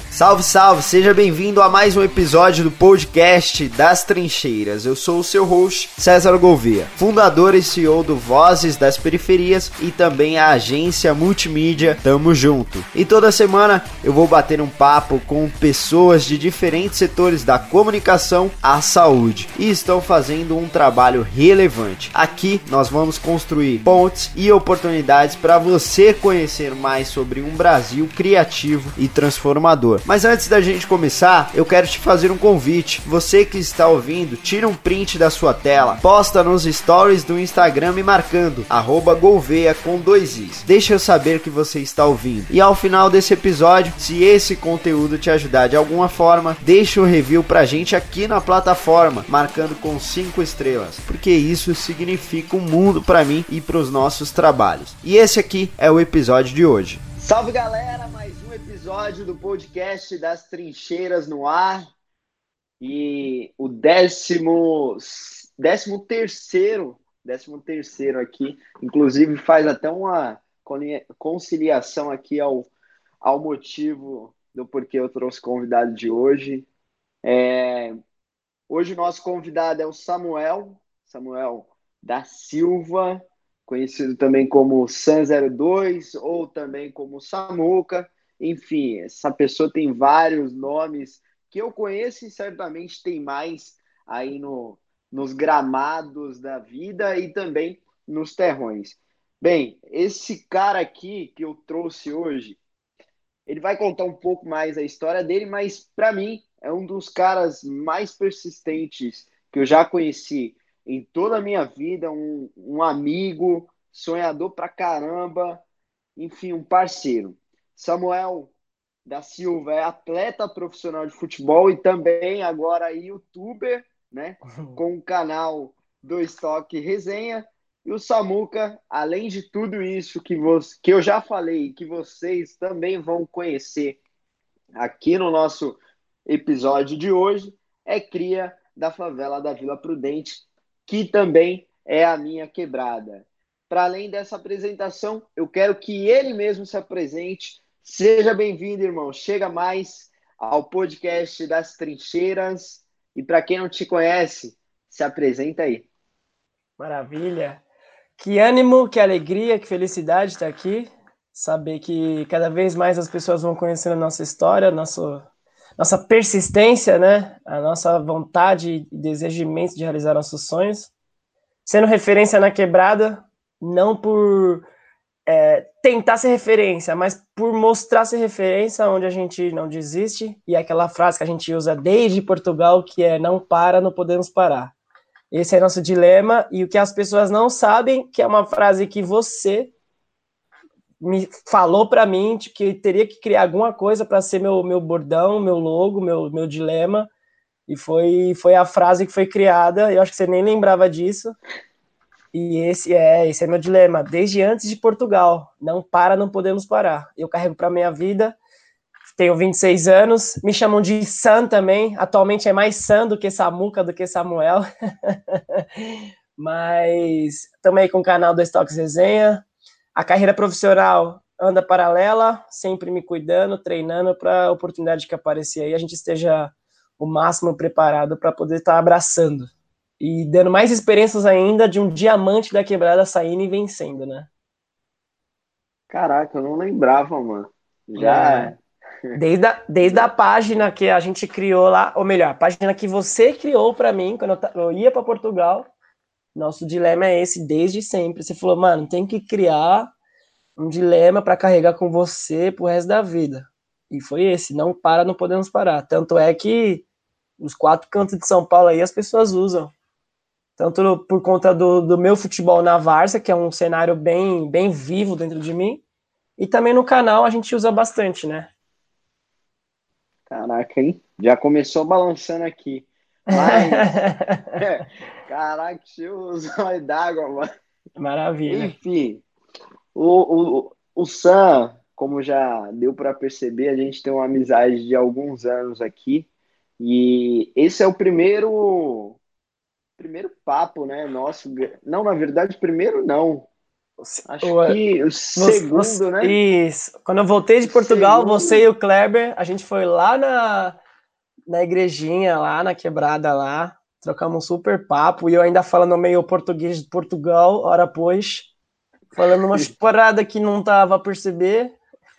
Salve, salve! Seja bem-vindo a mais um episódio do podcast das Trincheiras. Eu sou o seu host, César Gouveia, fundador e CEO do Vozes das Periferias e também a agência multimídia Tamo Junto. E toda semana eu vou bater um papo com pessoas de diferentes setores da comunicação à saúde e estão fazendo um trabalho relevante. Aqui nós vamos construir pontes e oportunidades para você conhecer mais sobre um Brasil criativo e transformador. Mas antes da gente começar, eu quero te fazer um convite. Você que está ouvindo, tira um print da sua tela, posta nos stories do Instagram me marcando @Gouveia com 2 Is. Deixa eu saber que você está ouvindo. E ao final desse episódio, se esse conteúdo te ajudar de alguma forma, deixa um review pra gente aqui na plataforma, marcando com 5 estrelas, porque isso significa um mundo pra mim e pros nossos trabalhos. E esse aqui é o episódio de hoje. Salve, galera, mais um episódio do podcast das Trincheiras no ar e o décimo terceiro aqui, inclusive faz até uma conciliação aqui ao motivo do porquê eu trouxe o convidado de hoje. Hoje o nosso convidado é o Samuel da Silva, conhecido também como San02 ou também como Samuca. Enfim, essa pessoa tem vários nomes que eu conheço e certamente tem mais aí nos gramados da vida e também nos terrões. Bem, esse cara aqui que eu trouxe hoje, ele vai contar um pouco mais a história dele, mas para mim é um dos caras mais persistentes que eu já conheci em toda a minha vida, um amigo, sonhador pra caramba, enfim, um parceiro. Samuel da Silva é atleta profissional de futebol e também agora youtuber, né, com o canal do Estoque Resenha. E o Samuca, além de tudo isso que eu já falei, que vocês também vão conhecer aqui no nosso episódio de hoje, é cria da favela da Vila Prudente, que também é a minha quebrada. Para além dessa apresentação, eu quero que ele mesmo se apresente. Seja bem-vindo, irmão. Chega mais ao podcast das Trincheiras. E para quem não te conhece, se apresenta aí. Maravilha. Que ânimo, que alegria, que felicidade estar aqui. Saber que cada vez mais as pessoas vão conhecendo a nossa história, nossa persistência, né? A nossa vontade e desejo imenso de realizar nossos sonhos. Sendo referência na quebrada, não por tentar ser referência, mas por mostrar ser referência onde a gente não desiste. E aquela frase que a gente usa desde Portugal, que é não para, não podemos parar. Esse é nosso dilema, e o que as pessoas não sabem, que é uma frase que você me falou para mim, de que teria que criar alguma coisa para ser meu bordão, meu logo, meu dilema, e foi a frase que foi criada. Eu acho que você nem lembrava disso, e esse é meu dilema, desde antes de Portugal. Não para, não podemos parar. Eu carrego para minha vida. Tenho 26 anos, me chamam de Sam também. Atualmente é mais Sam do que Samuca, do que Samuel. Mas também com o canal do Estoques Resenha. A carreira profissional anda paralela, sempre me cuidando, treinando para a oportunidade que aparecer aí, a gente esteja o máximo preparado para poder estar abraçando. E dando mais experiências ainda de um diamante da quebrada saindo e vencendo, né? Caraca, eu não lembrava, mano. É. Já. Desde a página que a gente criou lá, ou melhor, a página que você criou para mim, quando eu ia para Portugal, nosso dilema é esse desde sempre. Você falou, mano, tem que criar um dilema para carregar com você pro resto da vida. E foi esse, não para, não podemos parar. Tanto é que os 4 cantos de São Paulo aí as pessoas usam. Tanto por conta do meu futebol na Várzea, que é um cenário bem vivo dentro de mim, e também no canal a gente usa bastante, né? Caraca, hein? Já começou balançando aqui. Mas. Caraca, cheio os olhos d'água, mano. Maravilha. Enfim, o Sam, como já deu para perceber, a gente tem uma amizade de alguns anos aqui. E esse é o primeiro papo, né? Nosso. Não, na verdade, primeiro não. Acho que o segundo, né? Isso. Quando eu voltei de O Portugal, você e segundo. o Kleber, a gente foi lá na igrejinha, lá na quebrada lá, trocamos um super papo, e eu ainda falando meio português de Portugal, hora pois, falando umas paradas que não tava a perceber.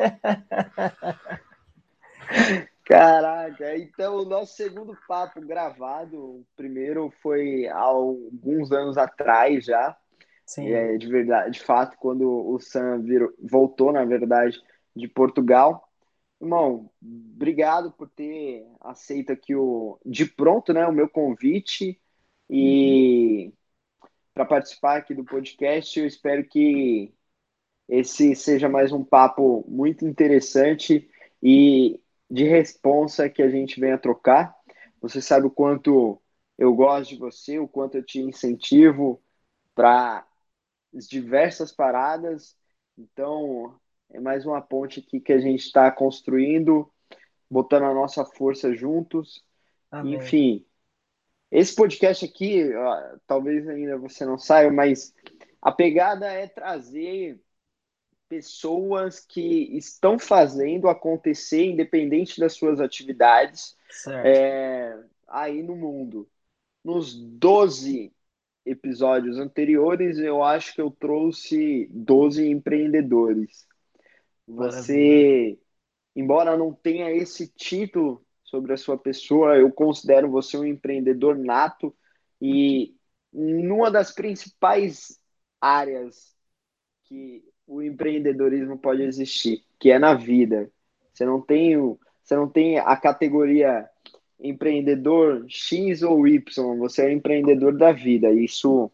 Caraca, então o nosso segundo papo gravado, o primeiro foi há alguns anos atrás já, Sim. de verdade, de fato, quando o Sam voltou, na verdade, de Portugal. Irmão, obrigado por ter aceito aqui de pronto, né, o meu convite e para participar aqui do podcast. Eu espero que esse seja mais um papo muito interessante e de responsa que a gente venha trocar. Você sabe o quanto eu gosto de você, o quanto eu te incentivo para as diversas paradas. Então, é mais uma ponte aqui que a gente está construindo, botando a nossa força juntos. Amém. Enfim, esse podcast aqui, talvez ainda você não saiba, mas a pegada é trazer pessoas que estão fazendo acontecer, independente das suas atividades, Certo. aí no mundo. Nos 12 episódios anteriores, eu acho que eu trouxe 12 empreendedores. Maravilha. Você, embora não tenha esse título sobre a sua pessoa, eu considero você um empreendedor nato e numa das principais áreas que o empreendedorismo pode existir, que é na vida. Você não tem a categoria empreendedor X ou Y, você é um empreendedor da vida. Isso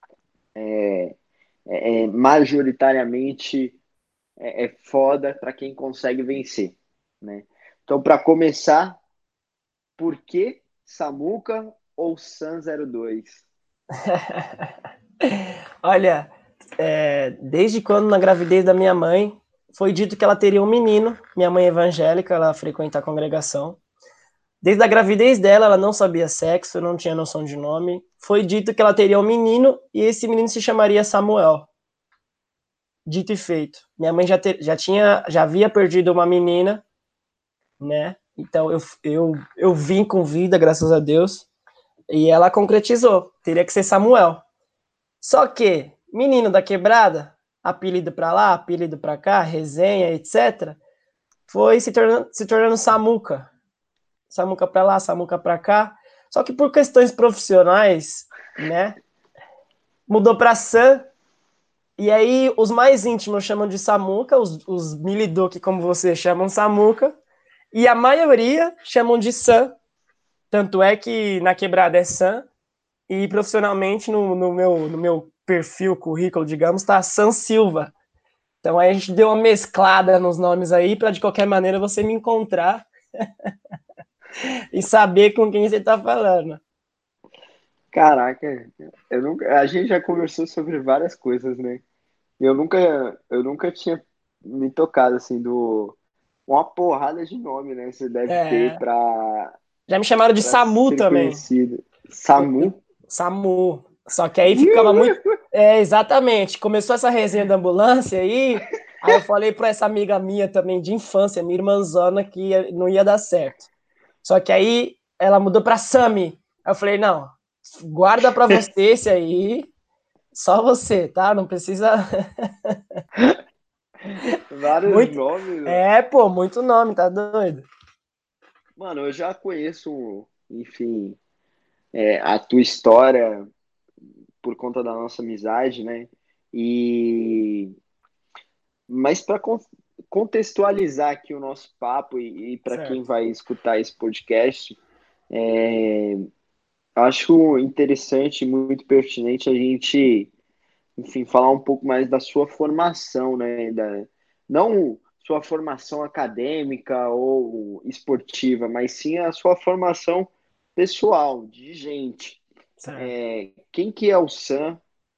majoritariamente é foda para quem consegue vencer, né? Então, para começar, por que Samuca ou San 02? Olha, desde quando na gravidez da minha mãe foi dito que ela teria um menino. Minha mãe é evangélica, ela frequenta a congregação. Desde a gravidez dela, ela não sabia sexo, não tinha noção de nome. Foi dito que ela teria um menino e esse menino se chamaria Samuel. Dito e feito. Minha mãe já havia perdido uma menina, né? Então eu vim com vida, graças a Deus. E ela concretizou. Teria que ser Samuel. Só que, menino da quebrada, apelido pra lá, apelido pra cá, resenha, etc., foi se tornando Samuca. Samuca pra lá, Samuca pra cá. Só que por questões profissionais, né, mudou pra Sam. E aí os mais íntimos chamam de Samuca, os Milidoki, como você, chamam Samuca. E a maioria chamam de Sam. Tanto é que na quebrada é Sam. E profissionalmente, no meu perfil, currículo, digamos, tá Sam Silva. Então aí a gente deu uma mesclada nos nomes aí, para de qualquer maneira você me encontrar e saber com quem você tá falando. Caraca, a gente já conversou sobre várias coisas, né? Eu nunca tinha me tocado assim do uma porrada de nome, né? Você deve ter É, para já me chamaram de Samu ser também. conhecido. Samu? Samu. Só que aí ficava muito. É, exatamente. Começou essa resenha da ambulância aí eu falei para essa amiga minha também de infância, minha irmãzona, que não ia dar certo. Só que aí ela mudou para Sami. Aí eu falei, não, guarda para você esse aí, só você, tá? Não precisa. Vários Muito. nomes. É, pô, muito nome, tá doido? Mano, eu já conheço, enfim, a tua história por conta da nossa amizade, né? E mas para contextualizar aqui o nosso papo e para quem Certo. vai escutar esse podcast, acho interessante e muito pertinente a gente, enfim, falar um pouco mais da sua formação, né? Não sua formação acadêmica ou esportiva, mas sim a sua formação pessoal, de gente. Certo. Quem que é o Sam?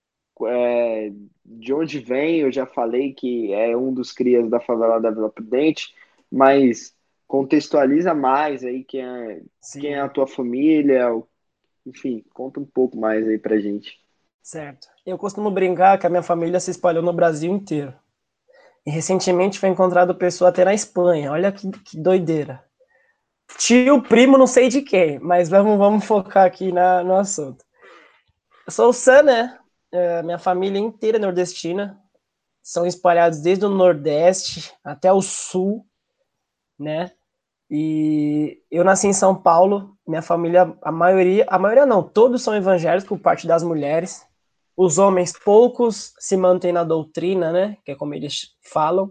De onde vem? Eu já falei que é um dos crias da favela da Vila Prudente, mas contextualiza mais aí quem é a Sim. tua família, enfim, conta um pouco mais aí pra gente. Certo. Eu costumo brincar que a minha família se espalhou no Brasil inteiro. E recentemente foi encontrado pessoa até na Espanha. Olha que doideira. Tio, primo, não sei de quem, mas vamos focar aqui no assunto. Eu sou o Sam, né? Minha família inteira é nordestina. São espalhados desde o Nordeste até o Sul, né? E eu nasci em São Paulo. Minha família, a maioria não, todos são evangélicos por parte das mulheres. Os homens, poucos se mantêm na doutrina, né? Que é como eles falam.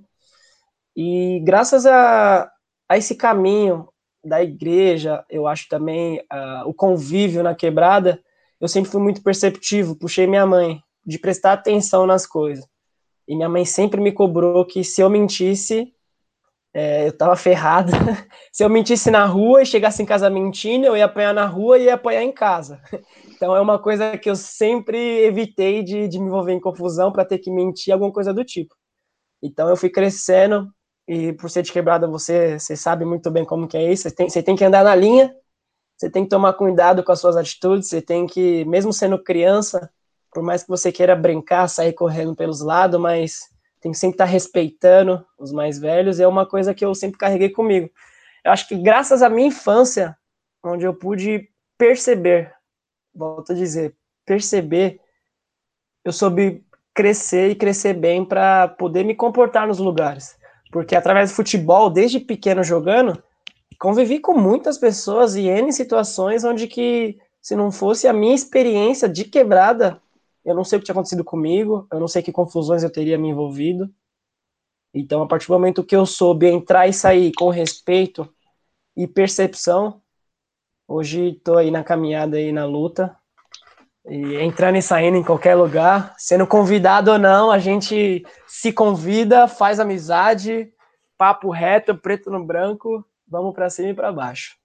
E graças a esse caminho da igreja, eu acho também o convívio na quebrada, eu sempre fui muito perceptivo, puxei minha mãe de prestar atenção nas coisas. E minha mãe sempre me cobrou que se eu mentisse, eu tava ferrado. Se eu mentisse na rua e chegasse em casa mentindo, eu ia apanhar na rua e ia apanhar em casa. Então é uma coisa que eu sempre evitei de me envolver em confusão para ter que mentir, alguma coisa do tipo. Então eu fui crescendo e por ser de quebrada você sabe muito bem como que é isso. Você tem que andar na linha, você tem que tomar cuidado com as suas atitudes, você tem que, mesmo sendo criança, por mais que você queira brincar, sair correndo pelos lados, mas tem que sempre estar respeitando os mais velhos, e é uma coisa que eu sempre carreguei comigo. Eu acho que graças à minha infância, onde eu pude perceber, volto a dizer, perceber, eu soube crescer e crescer bem para poder me comportar nos lugares. Porque através do futebol, desde pequeno jogando, convivi com muitas pessoas e N situações onde que, se não fosse a minha experiência de quebrada, eu não sei o que tinha acontecido comigo, eu não sei que confusões eu teria me envolvido. Então, a partir do momento que eu soube entrar e sair com respeito e percepção, hoje estou aí na caminhada, aí na luta, e entrando e saindo em qualquer lugar, sendo convidado ou não, a gente se convida, faz amizade, papo reto, preto no branco, vamos para cima e para baixo.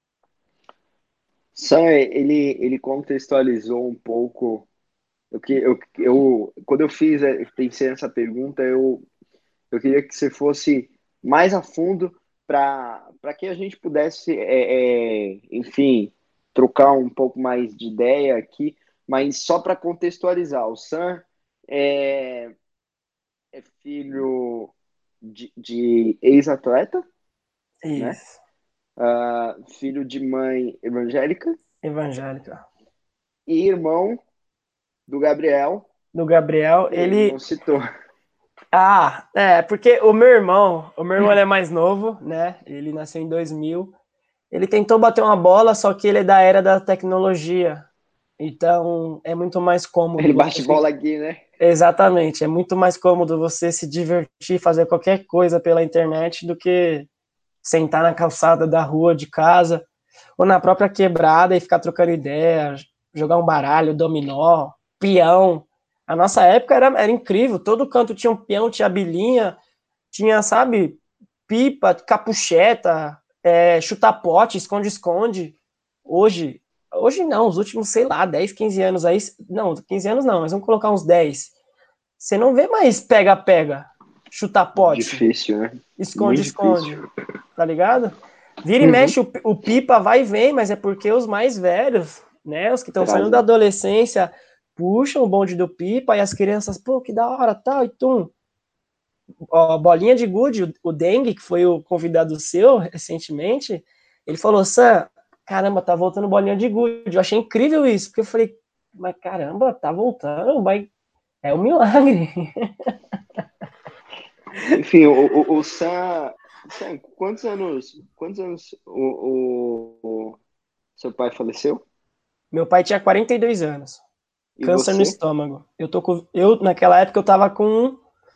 Sam, ele contextualizou um pouco quando eu pensei nessa pergunta, eu queria que você fosse mais a fundo para que a gente pudesse, enfim, trocar um pouco mais de ideia aqui, mas só para contextualizar, o Sam é, é filho de ex-atleta, né? Isso. Filho de mãe evangélica Evangélica. e irmão do Gabriel, Do Gabriel, que ele ele. não citou. Porque o meu irmão ele é mais novo, né? Ele nasceu em 2000. Ele tentou bater uma bola, só que ele é da era da tecnologia. Então, é muito mais cômodo Ele bate você. bola aqui, né? Exatamente, é muito mais cômodo você se divertir, fazer qualquer coisa pela internet do que sentar na calçada da rua de casa ou na própria quebrada e ficar trocando ideia, jogar um baralho, dominó, peão. A nossa época era incrível, todo canto tinha um peão, tinha bilinha, tinha, sabe, pipa, capucheta, chutar pote, esconde-esconde. Hoje, hoje não, os últimos, sei lá, 10, 15 anos aí, não, 15 anos não, mas vamos colocar uns 10. Você não vê mais pega-pega, chutar pote, Difícil, né? Muito esconde-esconde, difícil. tá ligado? Vira e Uhum. mexe, o pipa vai e vem, mas é porque os mais velhos, né, os que estão saindo da Trazem. adolescência, puxam o bonde do pipa e as crianças, pô, que da hora, tal, e tum. Ó, bolinha de gude, o Dengue, que foi o convidado seu recentemente, ele falou, Sam, caramba, tá voltando bolinha de gude. Eu achei incrível isso, porque eu falei, mas caramba, tá voltando, mas é um milagre. Enfim, o Sam, quantos anos o seu pai faleceu? Meu pai tinha 42 anos, E câncer no você? estômago. Naquela época, eu tava com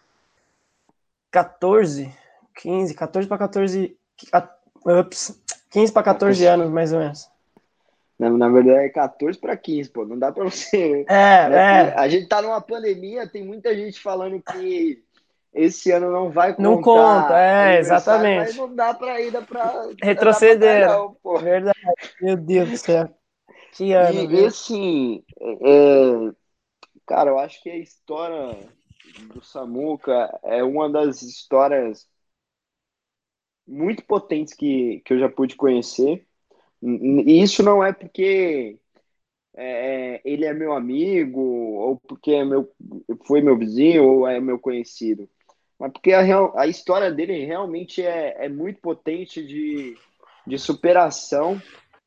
14, 15, 14 para 14, ups, 15 para 14 14. anos, mais ou menos. Na verdade é 14 para 15, pô. Não dá para você. É, Né? é, A gente tá numa pandemia, tem muita gente falando que esse ano não vai não conta, contar aniversário, mas exatamente. não dá para ir para andar para trás, Retrocederam. não, pô. Verdade. Meu Deus do céu. Que ano, E viu? assim, cara, eu acho que a história do Samuca é uma das histórias muito potentes que eu já pude conhecer. E isso não é porque ele é meu amigo, ou porque foi meu vizinho, ou é meu conhecido. Mas porque a história dele realmente é muito potente de superação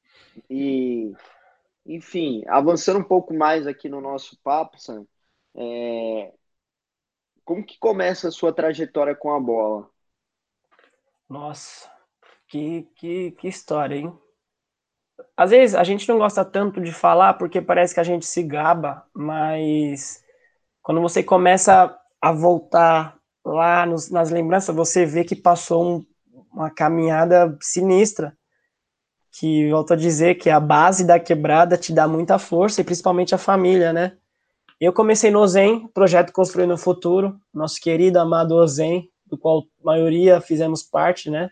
e, enfim, avançando um pouco mais aqui no nosso papo, Sam, é, como que começa a sua trajetória com a bola? Nossa, que história, hein? Às vezes a gente não gosta tanto de falar porque parece que a gente se gaba, mas quando você começa a voltar lá nas lembranças, você vê que passou uma caminhada sinistra, que volto a dizer que a base da quebrada te dá muita força e principalmente a família, né? Eu comecei no Zen, projeto Construindo o Futuro, nosso querido amado Zen, do qual a maioria fizemos parte, né?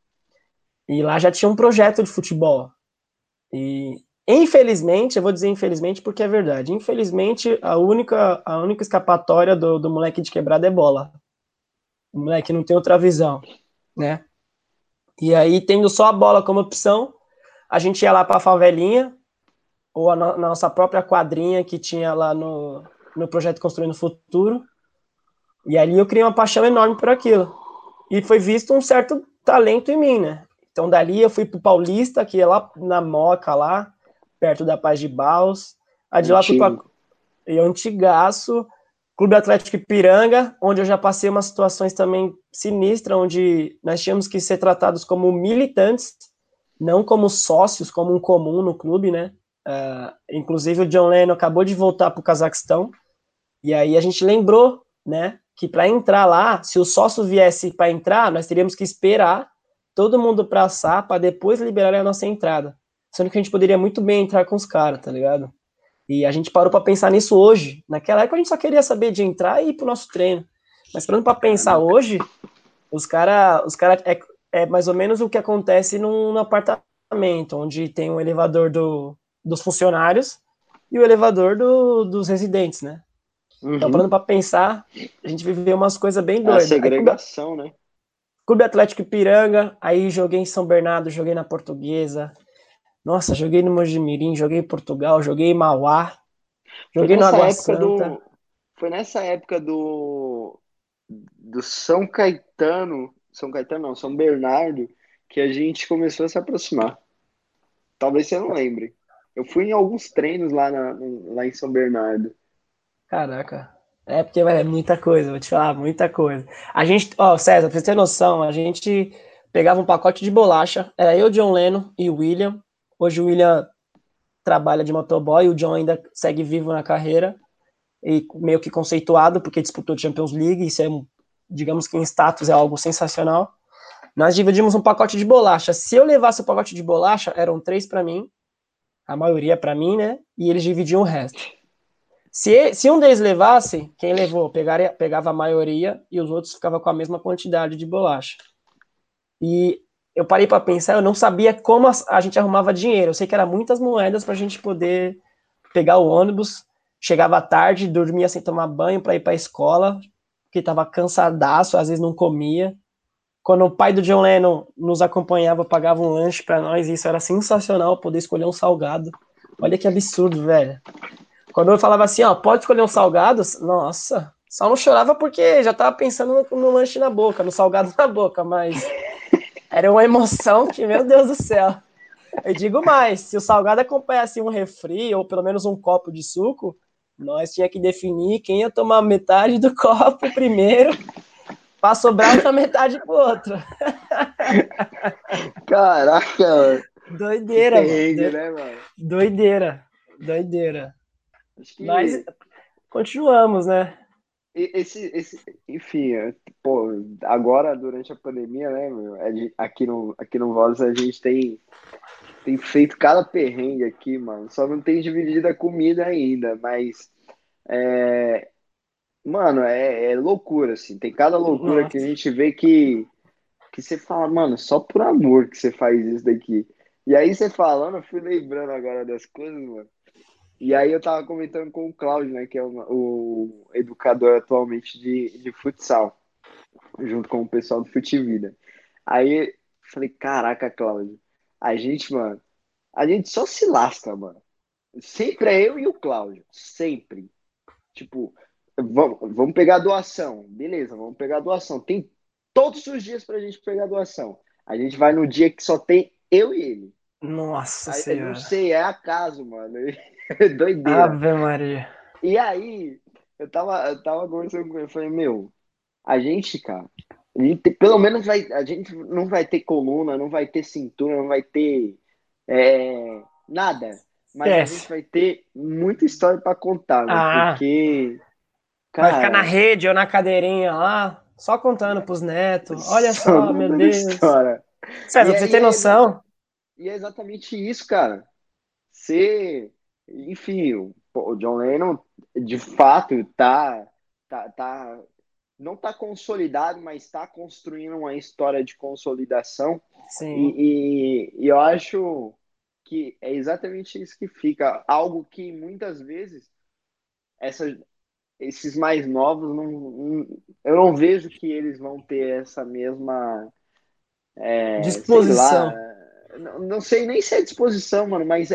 E lá já tinha um projeto de futebol. E infelizmente, eu vou dizer infelizmente porque é verdade. Infelizmente, a única escapatória do moleque de quebrada é bola. O moleque não tem outra visão, né? E aí, tendo só a bola como opção, a gente ia lá para a favelinha, ou na nossa própria quadrinha que tinha lá no projeto Construindo o Futuro. E ali eu criei uma paixão enorme por aquilo. E foi visto um certo talento em mim, né? Então dali eu fui pro Paulista, que é lá na Moca, lá, perto da Paz de Baus. Aí de lá fui para Antigo. Antigaço, Clube Atlético Ipiranga, onde eu já passei umas situações também sinistras, onde nós tínhamos que ser tratados como militantes, não como sócios, como um comum no clube, né? Inclusive o John Lennon acabou de voltar para o Cazaquistão, e aí a gente lembrou, né, que para entrar lá, se o sócio viesse para entrar, nós teríamos que esperar todo mundo passar para depois liberar a nossa entrada. Sendo que a gente poderia muito bem entrar com os caras, tá ligado? E a gente parou para pensar nisso hoje. Naquela época a gente só queria saber de entrar e ir pro nosso treino. Mas parando para pensar Caraca. hoje, os cara é mais ou menos o que acontece num apartamento, onde tem um elevador dos funcionários e o elevador dos residentes, né? Então, Uhum. parando para pensar, a gente viveu umas coisas bem É a doidas. Aí, segregação, né? Clube Atlético Ipiranga, aí joguei em São Bernardo, joguei na Portuguesa. Nossa, joguei no Mojimirim, joguei em Portugal, joguei em Mauá, Foi joguei no nessa Água época Santa. do. Foi nessa época do São Caetano. São Caetano não, São Bernardo, que a gente começou a se aproximar. Talvez você não lembre. Eu fui em alguns treinos lá em São Bernardo. Caraca. É porque é muita coisa, vou te falar, muita coisa. A gente, ó, César, pra você ter noção, a gente pegava um pacote de bolacha, era eu, John Lennon e o William. Hoje o William trabalha de motoboy, o John ainda segue vivo na carreira e meio que conceituado porque disputou Champions League, isso é, digamos que em status é algo sensacional. Nós dividimos um pacote de bolacha. Se eu levasse o pacote de bolacha, eram três para mim, a maioria para mim, né? E eles dividiam o resto. Se um deles levasse, quem levou pegava a maioria e os outros ficavam com a mesma quantidade de bolacha. E eu parei para pensar, eu não sabia como a gente arrumava dinheiro. Eu sei que era muitas moedas para a gente poder pegar o ônibus. Chegava tarde, dormia sem tomar banho para ir para a escola, porque estava cansadaço, às vezes não comia. Quando o pai do John Lennon nos acompanhava, pagava um lanche para nós, e isso era sensacional, poder escolher um salgado. Olha que absurdo, velho. Quando eu falava assim, ó, pode escolher um salgado, nossa, só não chorava porque já tava pensando no lanche na boca, no salgado na boca, mas era uma emoção que, meu Deus do céu. Eu digo mais, se o salgado acompanhasse um refri ou pelo menos um copo de suco, nós tinha que definir quem ia tomar metade do copo primeiro para sobrar outra metade pro outro. Caraca, mano. Que Doideira, mano. perrengue, né, mano? Doideira. Doideira. Acho Mas que continuamos, né? enfim, pô, agora durante a pandemia, né, meu, aqui no Voz a gente tem feito cada perrengue aqui, mano. Só não tem dividido a comida ainda, mas, é, mano, é loucura, assim. Tem cada loucura que a Nossa. gente vê que você fala, mano, só por amor que você faz isso daqui. E aí você falando, eu fui lembrando agora das coisas, mano. E aí eu tava comentando com o Cláudio, né, que é o educador atualmente de futsal, junto com o pessoal do Futivida. Aí falei, caraca, Cláudio, a gente, mano, a gente só se lasca, mano. Sempre é eu e o Cláudio. Sempre. Tipo, vamos pegar a doação. Beleza, vamos pegar a doação. Tem todos os dias pra gente pegar a doação. A gente vai no dia que só tem eu e ele. Nossa Eu não Senhora. sei, é acaso, mano. É doideira. Ave Maria. E aí, eu tava conversando com ele, eu falei, meu, a gente, cara, pelo menos a gente não vai ter coluna, não vai ter cintura, não vai ter nada. Mas a gente Esquece. vai ter muita história para contar, meu, Ah, porque, vai ficar na cara, rede ou na cadeirinha lá, só contando pros netos. Olha só só, meu contando Deus. história. César, E pra é, você e ter é, exata, noção, e é exatamente isso, cara. Você, enfim, o John Lennon, de fato, tá, não está consolidado, mas está construindo uma história de consolidação. sim, E eu acho que é exatamente isso que fica. Algo que muitas vezes essa, esses mais novos, eu não vejo que eles vão ter essa mesma, sei lá, disposição. não sei nem se é disposição, mano, mas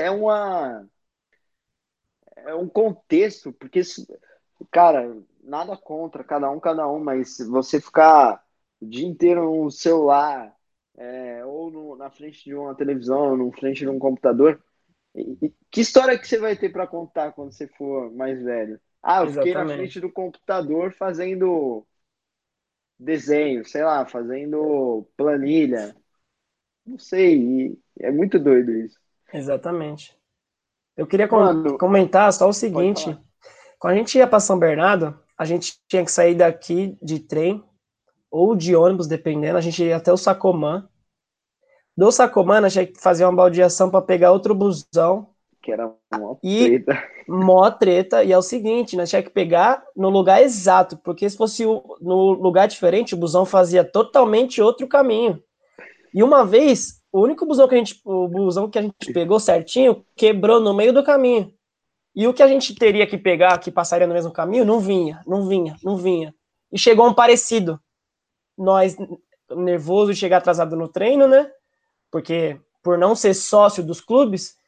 é um contexto, porque cara, nada contra, cada um, mas você ficar o dia inteiro no celular, ou na frente de uma televisão, na frente de um computador, que história que você vai ter para contar quando você for mais velho? Ah, eu fiquei na frente Exatamente, do computador fazendo desenho, sei lá, fazendo planilha, não sei, é muito doido isso. exatamente. Eu queria Mano, comentar só o pode seguinte: falar. quando a gente ia para São Bernardo, a gente tinha que sair daqui de trem ou de ônibus, dependendo, a gente ia até o Sacomã. Do Sacomã, a gente tinha que fazer uma baldeação para pegar outro busão Que era uma e treta. mó treta. E é o seguinte, nós tinha que pegar no lugar exato, porque se fosse no lugar diferente, o busão fazia totalmente outro caminho. E uma vez, o busão que a gente pegou certinho, quebrou no meio do caminho. E o que a gente teria que pegar, que passaria no mesmo caminho, não vinha, não vinha, não vinha. E chegou um parecido. Nós, nervoso de chegar atrasado no treino, né? Porque por não ser sócio dos clubes,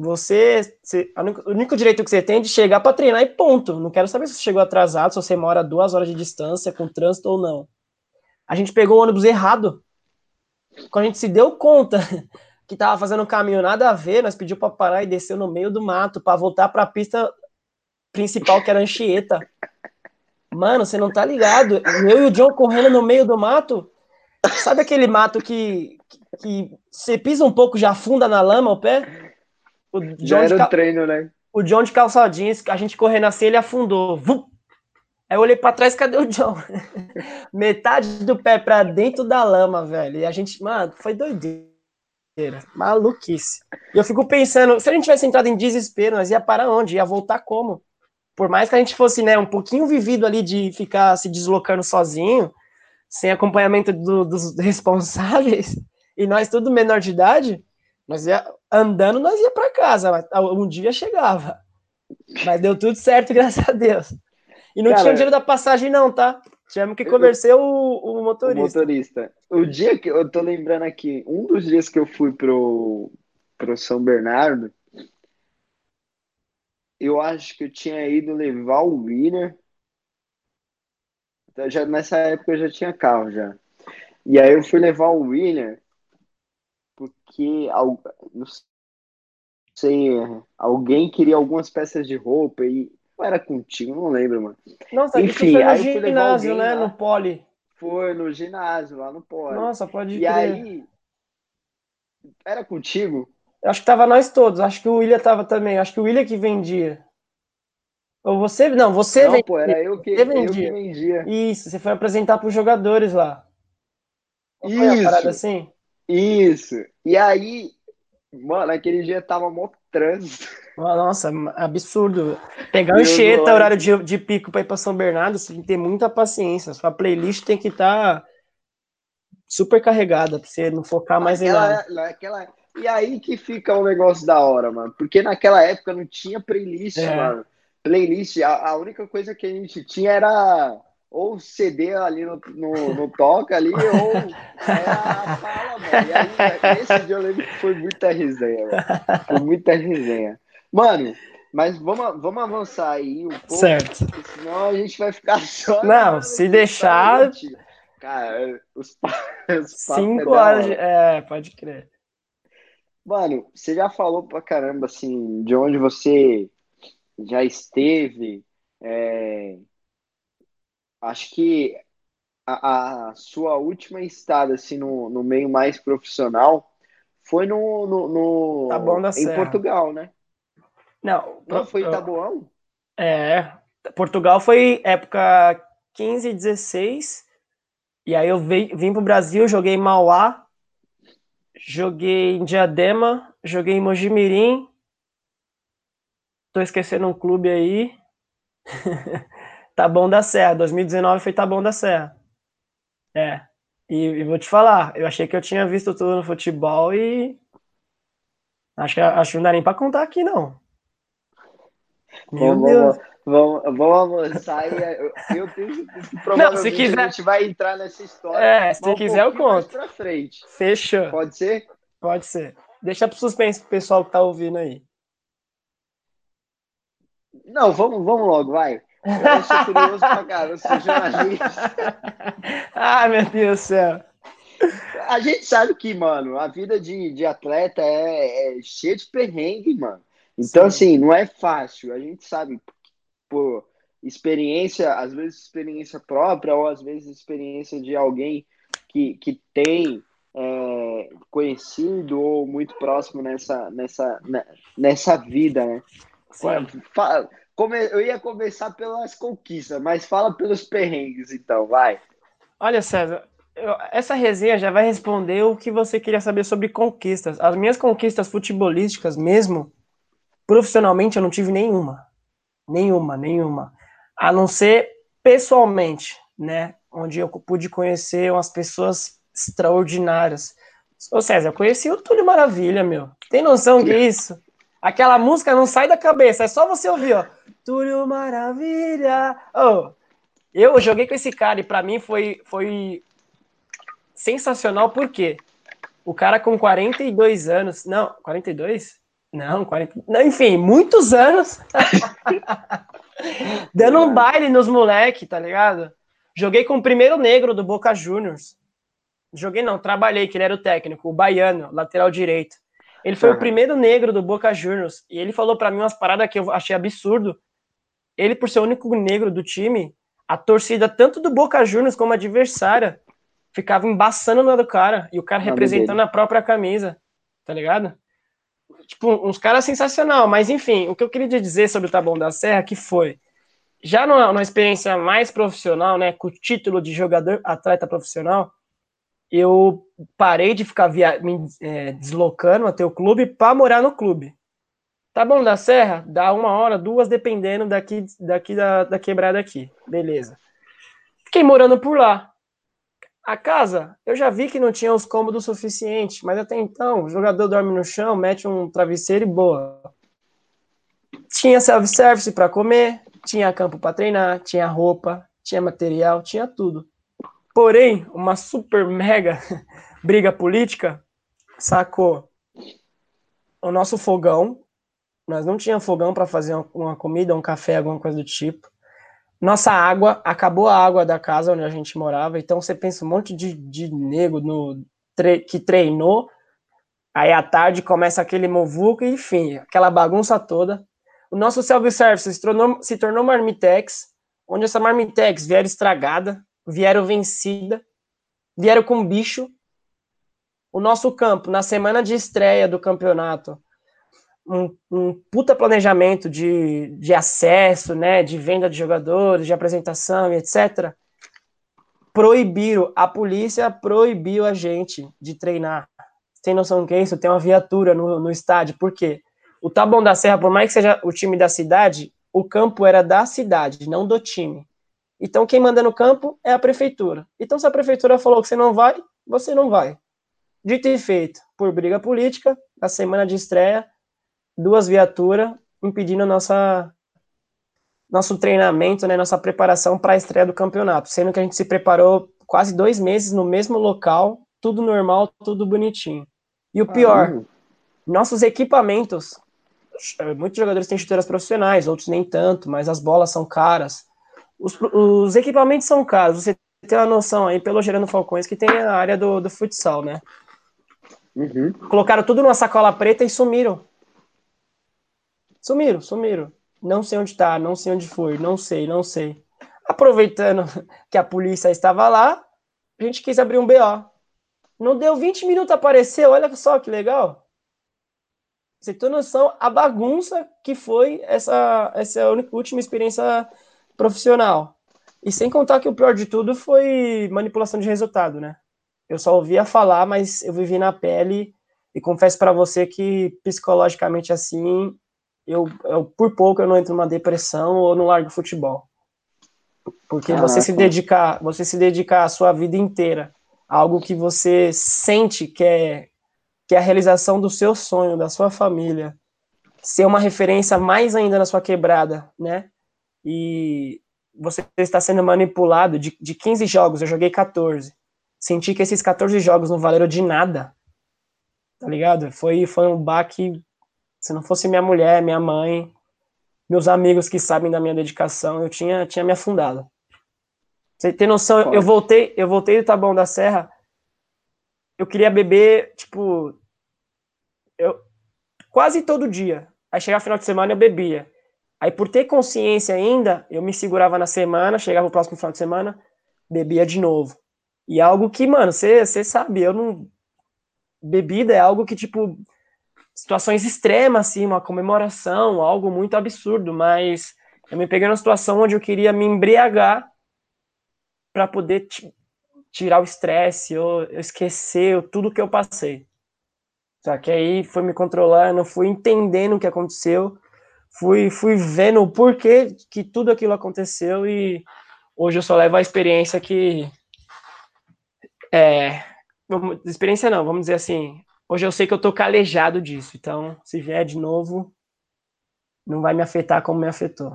o único direito que você tem é de chegar para treinar e ponto. Não quero saber se você chegou atrasado, se você mora 2 horas de distância com trânsito ou não. A gente pegou o ônibus errado. Quando a gente se deu conta que tava fazendo um caminho nada a ver, nós pedimos para parar e descer no meio do mato para voltar para a pista principal, que era Anchieta. Mano, você não tá ligado? Eu e o John correndo no meio do mato. Sabe aquele mato que você pisa um pouco já afunda na lama o pé? O Já John de, era o treino, né? o John de calça jeans, a gente correndo assim, ele afundou. Vum! Aí eu olhei pra trás, cadê o John? Metade do pé pra dentro da lama, velho. E a gente, mano, foi doideira. Maluquice. E eu fico pensando, se a gente tivesse entrado em desespero, nós ia parar onde? Ia voltar como? Por mais que a gente fosse, né, um pouquinho vivido ali de ficar se deslocando sozinho, sem acompanhamento dos responsáveis, e nós tudo menor de idade, andando, nós ia para casa, um dia chegava. Mas deu tudo certo, graças a Deus. E não tinha o dinheiro Cara, da passagem não, tá? Tivemos que eu, convencer o o motorista. motorista. O dia que eu tô lembrando aqui, um dos dias que eu fui pro São Bernardo, eu acho que eu tinha ido levar o William. Então, nessa época eu já tinha carro já. E aí eu fui levar o William porque não sei, alguém queria algumas peças de roupa e ou era contigo, não lembro, mano. Nossa, isso Enfim, foi no aí eu fui levar ginásio, alguém né? No lá, pole. foi no ginásio, lá no Pole. Nossa, pode E crer. aí, era contigo? Eu acho que tava nós todos. Acho que o William tava também. Acho que o William que vendia. Ou você? Não, você Não, vendia. pô, era eu Você que vendia. vendia. Isso, você foi apresentar para os jogadores lá. Não foi uma parada Isso, assim? isso. E aí, mano, aquele dia tava mó trânsito. Nossa, absurdo. Pegar E eu do Anchieta, lado. horário de pico para ir para São Bernardo, você tem que ter muita paciência. Sua playlist tem que estar super carregada para você não focar mais em nada. Naquela. E aí que fica o negócio da hora, mano. Porque naquela época não tinha playlist, É, mano. Playlist, a única coisa que a gente tinha era ou CD ali no toca ali, ou era a fala, mano. E aí, nesse dia eu lembro que foi muita resenha, velho. Foi muita resenha. Mano, mas vamos avançar aí um pouco, Certo. porque senão a gente vai ficar só Não, lembrando se dessa história deixar, antiga. Cara, os papos é 5 da horas de... hora. É, pode crer. Mano, você já falou pra caramba, assim, de onde você já esteve. É, acho que a sua última estada, assim, no meio mais profissional foi Tá bom da em Serra. Portugal, né? Não, Não, foi Itabuão? é, Portugal foi época 15, 16, e aí eu vim pro Brasil, joguei em Mauá, joguei em Diadema, joguei em Mojimirim, tô esquecendo um clube aí, Taboão da Serra, 2019 foi Taboão da Serra, é, e vou te falar, eu achei que eu tinha visto tudo no futebol e acho que não dá nem pra contar aqui não, meu Vamos, Deus. vamos avançar e eu tenho certeza que Não, se provavelmente a quiser, gente vai entrar nessa história, se mas um quiser eu pouquinho mais conto, pra frente. fechou, Pode ser? pode ser. Deixa pro suspense pro pessoal que tá ouvindo aí. Não, vamos logo, vai. Eu sou curioso pra caramba, eu sou jornalista. Ai, meu Deus do céu. A gente sabe que, mano, a vida de atleta é cheia de perrengue, mano. Então, Sim, assim, não é fácil. A gente sabe, por experiência, às vezes experiência própria, ou às vezes experiência de alguém que tem conhecido ou muito próximo nessa vida, né? sim. Eu ia começar pelas conquistas, mas fala pelos perrengues, então, vai. Olha, César, essa resenha já vai responder o que você queria saber sobre conquistas. As minhas conquistas futebolísticas mesmo, profissionalmente, eu não tive nenhuma. Nenhuma, nenhuma. A não ser pessoalmente, né? Onde eu pude conhecer umas pessoas extraordinárias. Ô César, eu conheci o Túlio Maravilha, meu. Tem noção que é isso? Aquela música não sai da cabeça, é só você ouvir, ó. Túlio Maravilha. Oh, eu joguei com esse cara e pra mim foi sensacional, porque o cara com 42 anos, não, 42? Não, 40, não, enfim, muitos anos dando um Verdade. baile nos moleque, tá ligado? Joguei com o primeiro negro do Boca Juniors. Joguei não, trabalhei, que ele era o técnico, o baiano, lateral direito. Ele foi o Aham. primeiro negro do Boca Juniors e ele falou pra mim umas paradas que eu achei absurdo. Ele, por ser o único negro do time, a torcida, tanto do Boca Juniors como adversária, ficava embaçando no do cara e o cara Nada representando dele. a própria camisa, tá ligado? Tipo, uns caras sensacional, mas enfim, o que eu queria dizer sobre o Taboão da Serra que foi, já numa experiência mais profissional, né, com o título de jogador, atleta profissional, eu parei de ficar me deslocando até o clube para morar no clube. Tá bom, da Serra, dá 1 hora, 2, dependendo daqui da quebrada aqui. Beleza. Fiquei morando por lá. A casa, eu já vi que não tinha os cômodos suficientes, mas até então, o jogador dorme no chão, mete um travesseiro e boa. Tinha self-service para comer, tinha campo para treinar, tinha roupa, tinha material, tinha tudo. Porém, uma super mega briga política sacou o nosso fogão. Nós não tínhamos fogão para fazer uma comida, um café, alguma coisa do tipo. Nossa água, acabou a água da casa onde a gente morava. Então você pensa um monte de nego que treinou. Aí à tarde começa aquele movuco, enfim, aquela bagunça toda. O nosso self-service se tornou marmitex, onde essa marmitex vieram estragada, vieram vencida, vieram com bicho. O nosso campo, na semana de estreia do campeonato, um puta planejamento de acesso, né, de venda de jogadores, de apresentação e etc. Proibiram, a polícia proibiu a gente de treinar. Tem noção do que é isso? Tem uma viatura no estádio. Por quê? O Taboão da Serra, por mais que seja o time da cidade, o campo era da cidade, não do time. Então quem manda no campo é a prefeitura. Então se a prefeitura falou que você não vai, você não vai. Dito e feito, por briga política, na semana de estreia, 2 viaturas impedindo nosso treinamento, né, nossa preparação para a estreia do campeonato, sendo que a gente se preparou quase 2 meses no mesmo local, tudo normal, tudo bonitinho. E o pior, Caramba. nossos equipamentos muitos jogadores têm chuteiras profissionais, outros nem tanto, mas as bolas são caras. Os equipamentos são caros. Você tem uma noção aí, pelo Gerando Falcões, que tem a área do futsal, né? Uhum. Colocaram tudo numa sacola preta e sumiram. Sumiram. Não sei onde tá, não sei onde foi, não sei. Aproveitando que a polícia estava lá, a gente quis abrir um BO. Não deu 20 minutos, apareceu, olha só que legal. Você tem noção a bagunça que foi essa última experiência profissional. E sem contar que o pior de tudo foi manipulação de resultado, né? Eu só ouvia falar, mas eu vivi na pele e confesso para você que psicologicamente assim, por pouco eu não entro numa depressão ou não largo futebol. Porque Caraca, você se dedicar a sua vida inteira a algo que você sente que é a realização do seu sonho, da sua família, ser uma referência mais ainda na sua quebrada, né? E você está sendo manipulado de 15 jogos, eu joguei 14. Senti que esses 14 jogos não valeram de nada, tá ligado? Foi um baque. Se não fosse minha mulher, minha mãe, meus amigos que sabem da minha dedicação, eu tinha me afundado. Você tem noção, forte. eu voltei do Taboão da Serra, eu queria beber, tipo, eu, quase todo dia. Aí chegava final de semana eu bebia. Aí por ter consciência ainda, eu me segurava na semana, chegava o próximo final de semana, bebia de novo. E é algo que, mano, você sabe, eu não. Bebida é algo que, tipo, situações extremas, assim, uma comemoração, algo muito absurdo, mas eu me peguei numa situação onde eu queria me embriagar para poder tirar o estresse, eu esquecer tudo que eu passei. Só que aí foi me controlando, fui entendendo o que aconteceu, fui vendo o porquê que tudo aquilo aconteceu e hoje eu só levo a experiência que é, experiência não, vamos dizer assim, hoje eu sei que eu tô calejado disso, então se vier de novo, não vai me afetar como me afetou.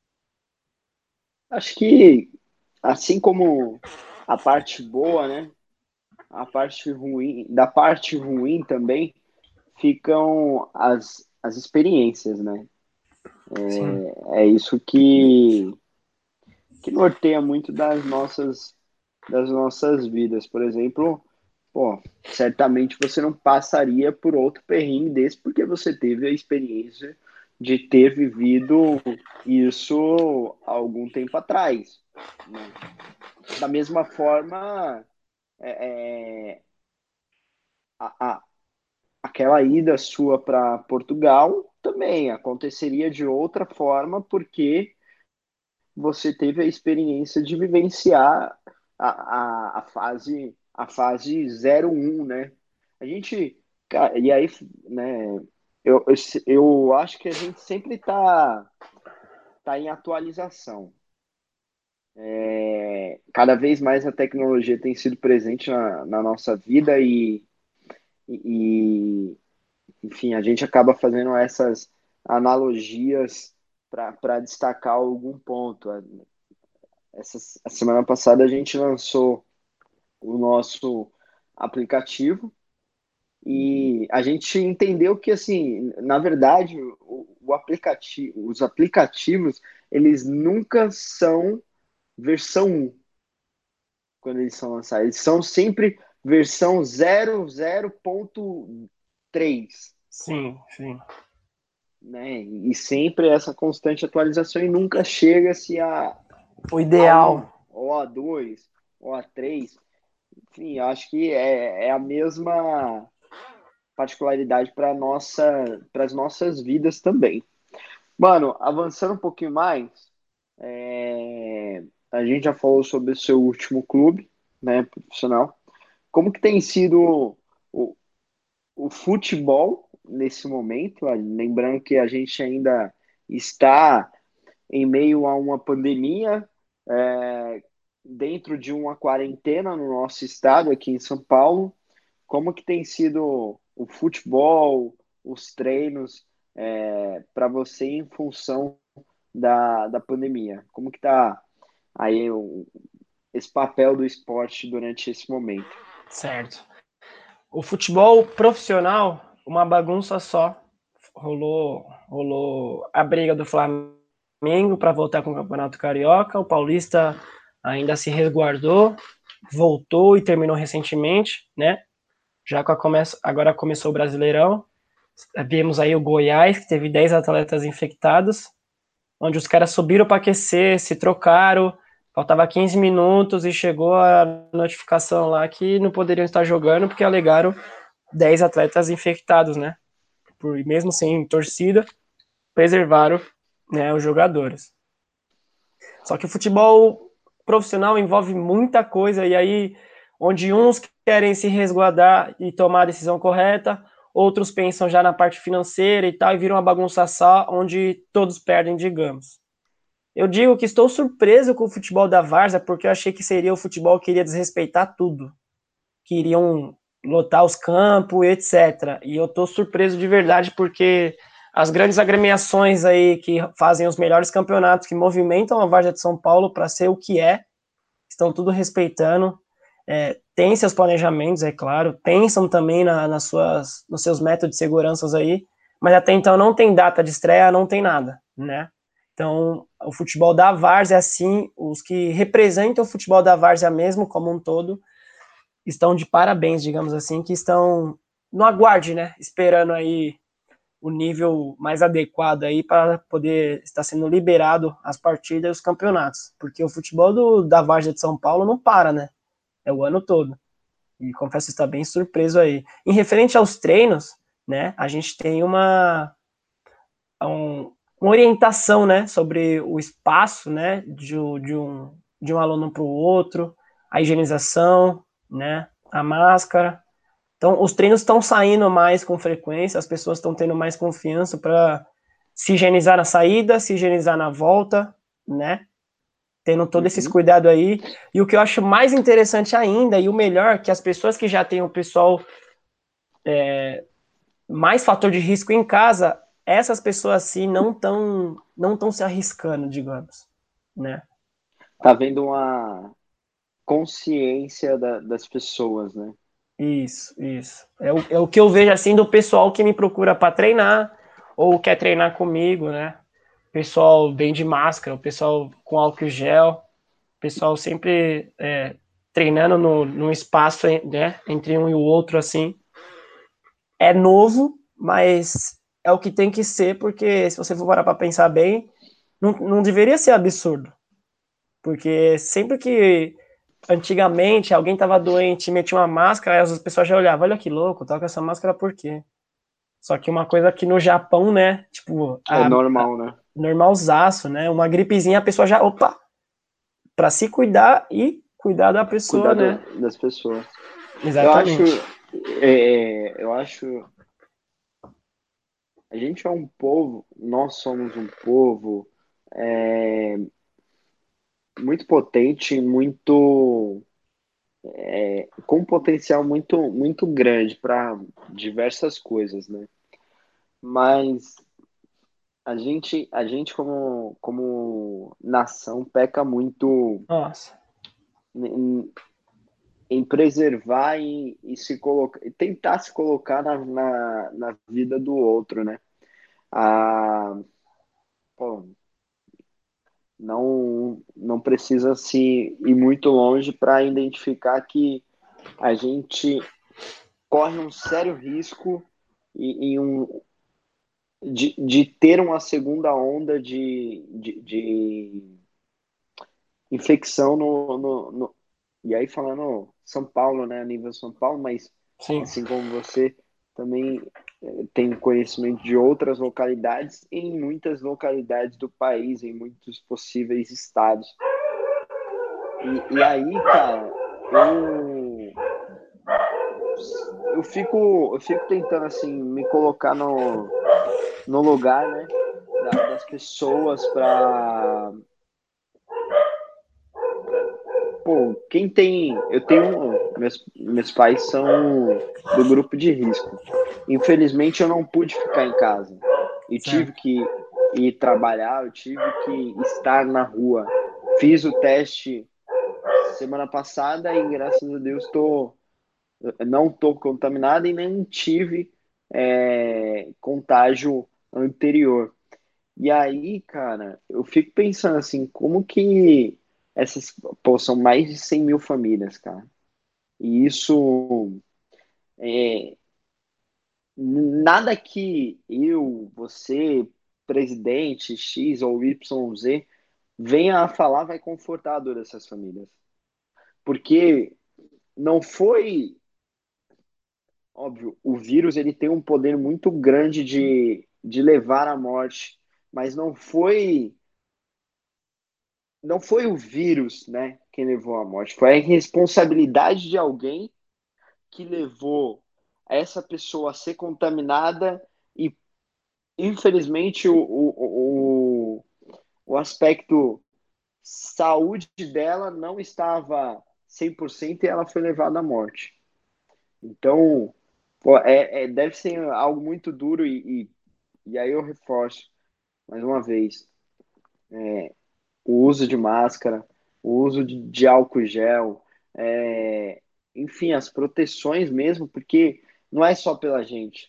Acho que, assim como a parte boa, né? A parte ruim, da parte ruim também ficam as experiências, né? Sim, É isso que norteia muito das nossas vidas. Por exemplo, pô, certamente você não passaria por outro perrengue desse porque você teve a experiência de ter vivido isso há algum tempo atrás, né? Da mesma forma, é, a, aquela ida sua para Portugal também aconteceria de outra forma, porque você teve a experiência de vivenciar a fase 01, né? A gente, cara, e aí, né? Eu acho que a gente sempre tá em atualização. Cada vez mais a tecnologia tem sido presente na nossa vida e, enfim, a gente acaba fazendo essas analogias para destacar algum ponto. A semana passada a gente lançou o nosso aplicativo e a gente entendeu que, assim, na verdade, os aplicativos, eles nunca são versão 1 quando eles são lançados. Eles são sempre versão 00.3, sim. né? E sempre essa constante atualização e nunca chega-se O a ideal, 1 ou a 2 ou a 3. Enfim, acho que é a mesma particularidade para as nossas vidas também. Mano, avançando um pouquinho mais, a gente já falou sobre o seu último clube, né, profissional. Como que tem sido o, o futebol nesse momento? Lembrando que a gente ainda está em meio a uma pandemia, dentro de uma quarentena no nosso estado, aqui em São Paulo. Como que tem sido o futebol, os treinos para você em função da pandemia? Como que tá aí esse papel do esporte durante esse momento? certo. O futebol profissional, uma bagunça só. rolou a briga do Flamengo para voltar com o Campeonato Carioca. O Paulista ainda se resguardou, voltou e terminou recentemente, né? Agora começou o Brasileirão. Vimos aí o Goiás, que teve 10 atletas infectados, onde os caras subiram para aquecer, se trocaram, faltava 15 minutos e chegou a notificação lá que não poderiam estar jogando porque alegaram 10 atletas infectados, né? Mesmo sem torcida, preservaram, né, os jogadores. Só que o futebol profissional envolve muita coisa, e aí, onde uns querem se resguardar e tomar a decisão correta, outros pensam já na parte financeira e tal, e vira uma bagunça só, onde todos perdem, digamos. Eu digo que estou surpreso com o futebol da Várzea, porque eu achei que seria o futebol que iria desrespeitar tudo. Que iriam lotar os campos, etc. E eu estou surpreso de verdade, porque as grandes agremiações aí que fazem os melhores campeonatos, que movimentam a Várzea de São Paulo para ser o que é, estão tudo respeitando, tem seus planejamentos, é claro, pensam também nos seus métodos de segurança aí, mas até então não tem data de estreia, não tem nada, né? Então, o futebol da Várzea, assim, os que representam o futebol da Várzea mesmo, como um todo, estão de parabéns, digamos assim, que estão no aguarde, né? Esperando aí o nível mais adequado aí para poder estar sendo liberado as partidas e os campeonatos. Porque o futebol da Várzea de São Paulo não para, né? É o ano todo. E confesso estar bem surpreso aí. Em referente aos treinos, né? A gente tem uma orientação, né? Sobre o espaço, né? De um aluno para o outro, a higienização, né? A máscara. Então, os treinos estão saindo mais com frequência, as pessoas estão tendo mais confiança para se higienizar na saída, se higienizar na volta, né? Tendo todo esses Uhum. cuidados aí. E o que eu acho mais interessante ainda, e o melhor, que as pessoas que já têm o pessoal mais fator de risco em casa, essas pessoas assim não estão se arriscando, digamos, né? Tá vendo uma consciência das pessoas, né? Isso, isso. É o que eu vejo assim do pessoal que me procura para treinar ou quer treinar comigo, né? O pessoal bem de máscara, o pessoal com álcool gel, o pessoal sempre treinando no espaço, né, entre um e o outro, assim. É novo, mas é o que tem que ser, porque se você for parar para pensar bem, não deveria ser absurdo. Porque sempre que antigamente alguém tava doente e metia uma máscara, aí as pessoas já olhavam, olha que louco, tá com essa máscara por quê? Só que uma coisa aqui no Japão, né, tipo, É normal, né? normalzaço, né, uma gripezinha a pessoa já, opa, pra se cuidar e cuidar da pessoa, Cuidar né? das pessoas. Eu acho, Exatamente. eu acho, a gente é um povo, nós somos um povo é, muito potente, com um potencial muito grande para diversas coisas, né? Mas a gente como nação peca muito Nossa, em, em preservar e se colocar, e tentar se colocar na vida do outro, né? Ah, pô, não precisa se ir muito longe para identificar que a gente corre um sério risco de ter uma segunda onda de infecção e aí falando São Paulo, né, a nível São Paulo, mas sim. assim como você também tem conhecimento de outras localidades, em muitas localidades do país, em muitos possíveis estados. E aí, cara, eu fico tentando assim me colocar no lugar, né, das pessoas para pô, quem tem. Eu tenho. Meus pais são do grupo de risco. Infelizmente, eu não pude ficar em casa. Eu tive Certo. que ir trabalhar, eu tive que estar na rua. Fiz o teste semana passada e, graças a Deus, não estou contaminado e nem tive contágio anterior. E aí, cara, eu fico pensando assim, como que essas, pô, são mais de 100 mil famílias, cara. E isso, é, nada que eu, você, presidente X ou YZ, venha a falar vai confortar a dor dessas famílias. Porque não foi, óbvio, o vírus ele tem um poder muito grande de levar à morte, mas não foi o vírus, né, quem levou à morte, foi a responsabilidade de alguém que levou essa pessoa a ser contaminada e, infelizmente, o aspecto saúde dela não estava 100% e ela foi levada à morte. Então, pô, deve ser algo muito duro e aí eu reforço, mais uma vez, o uso de máscara, o uso de álcool gel, é, enfim, as proteções mesmo, porque não é só pela gente.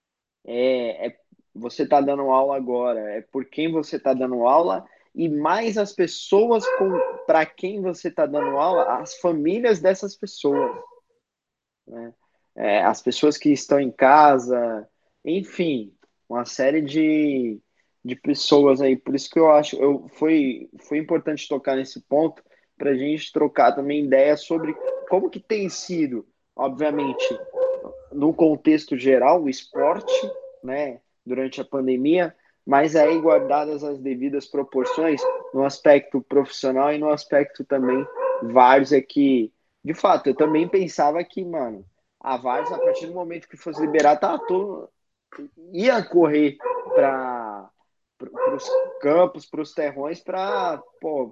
Você está dando aula agora, é por quem você está dando aula e mais as pessoas para quem você está dando aula, as famílias dessas pessoas, né? As pessoas que estão em casa, enfim, uma série de pessoas aí. Por isso que eu acho, foi importante tocar nesse ponto para a gente trocar também ideias sobre como que tem sido, obviamente, no contexto geral, o esporte, né, durante a pandemia, mas aí guardadas as devidas proporções no aspecto profissional e no aspecto também várzea que, de fato, eu também pensava que, mano, a várzea, a partir do momento que fosse liberar, tá todo, ia correr para os campos, para os terrões, para, pô,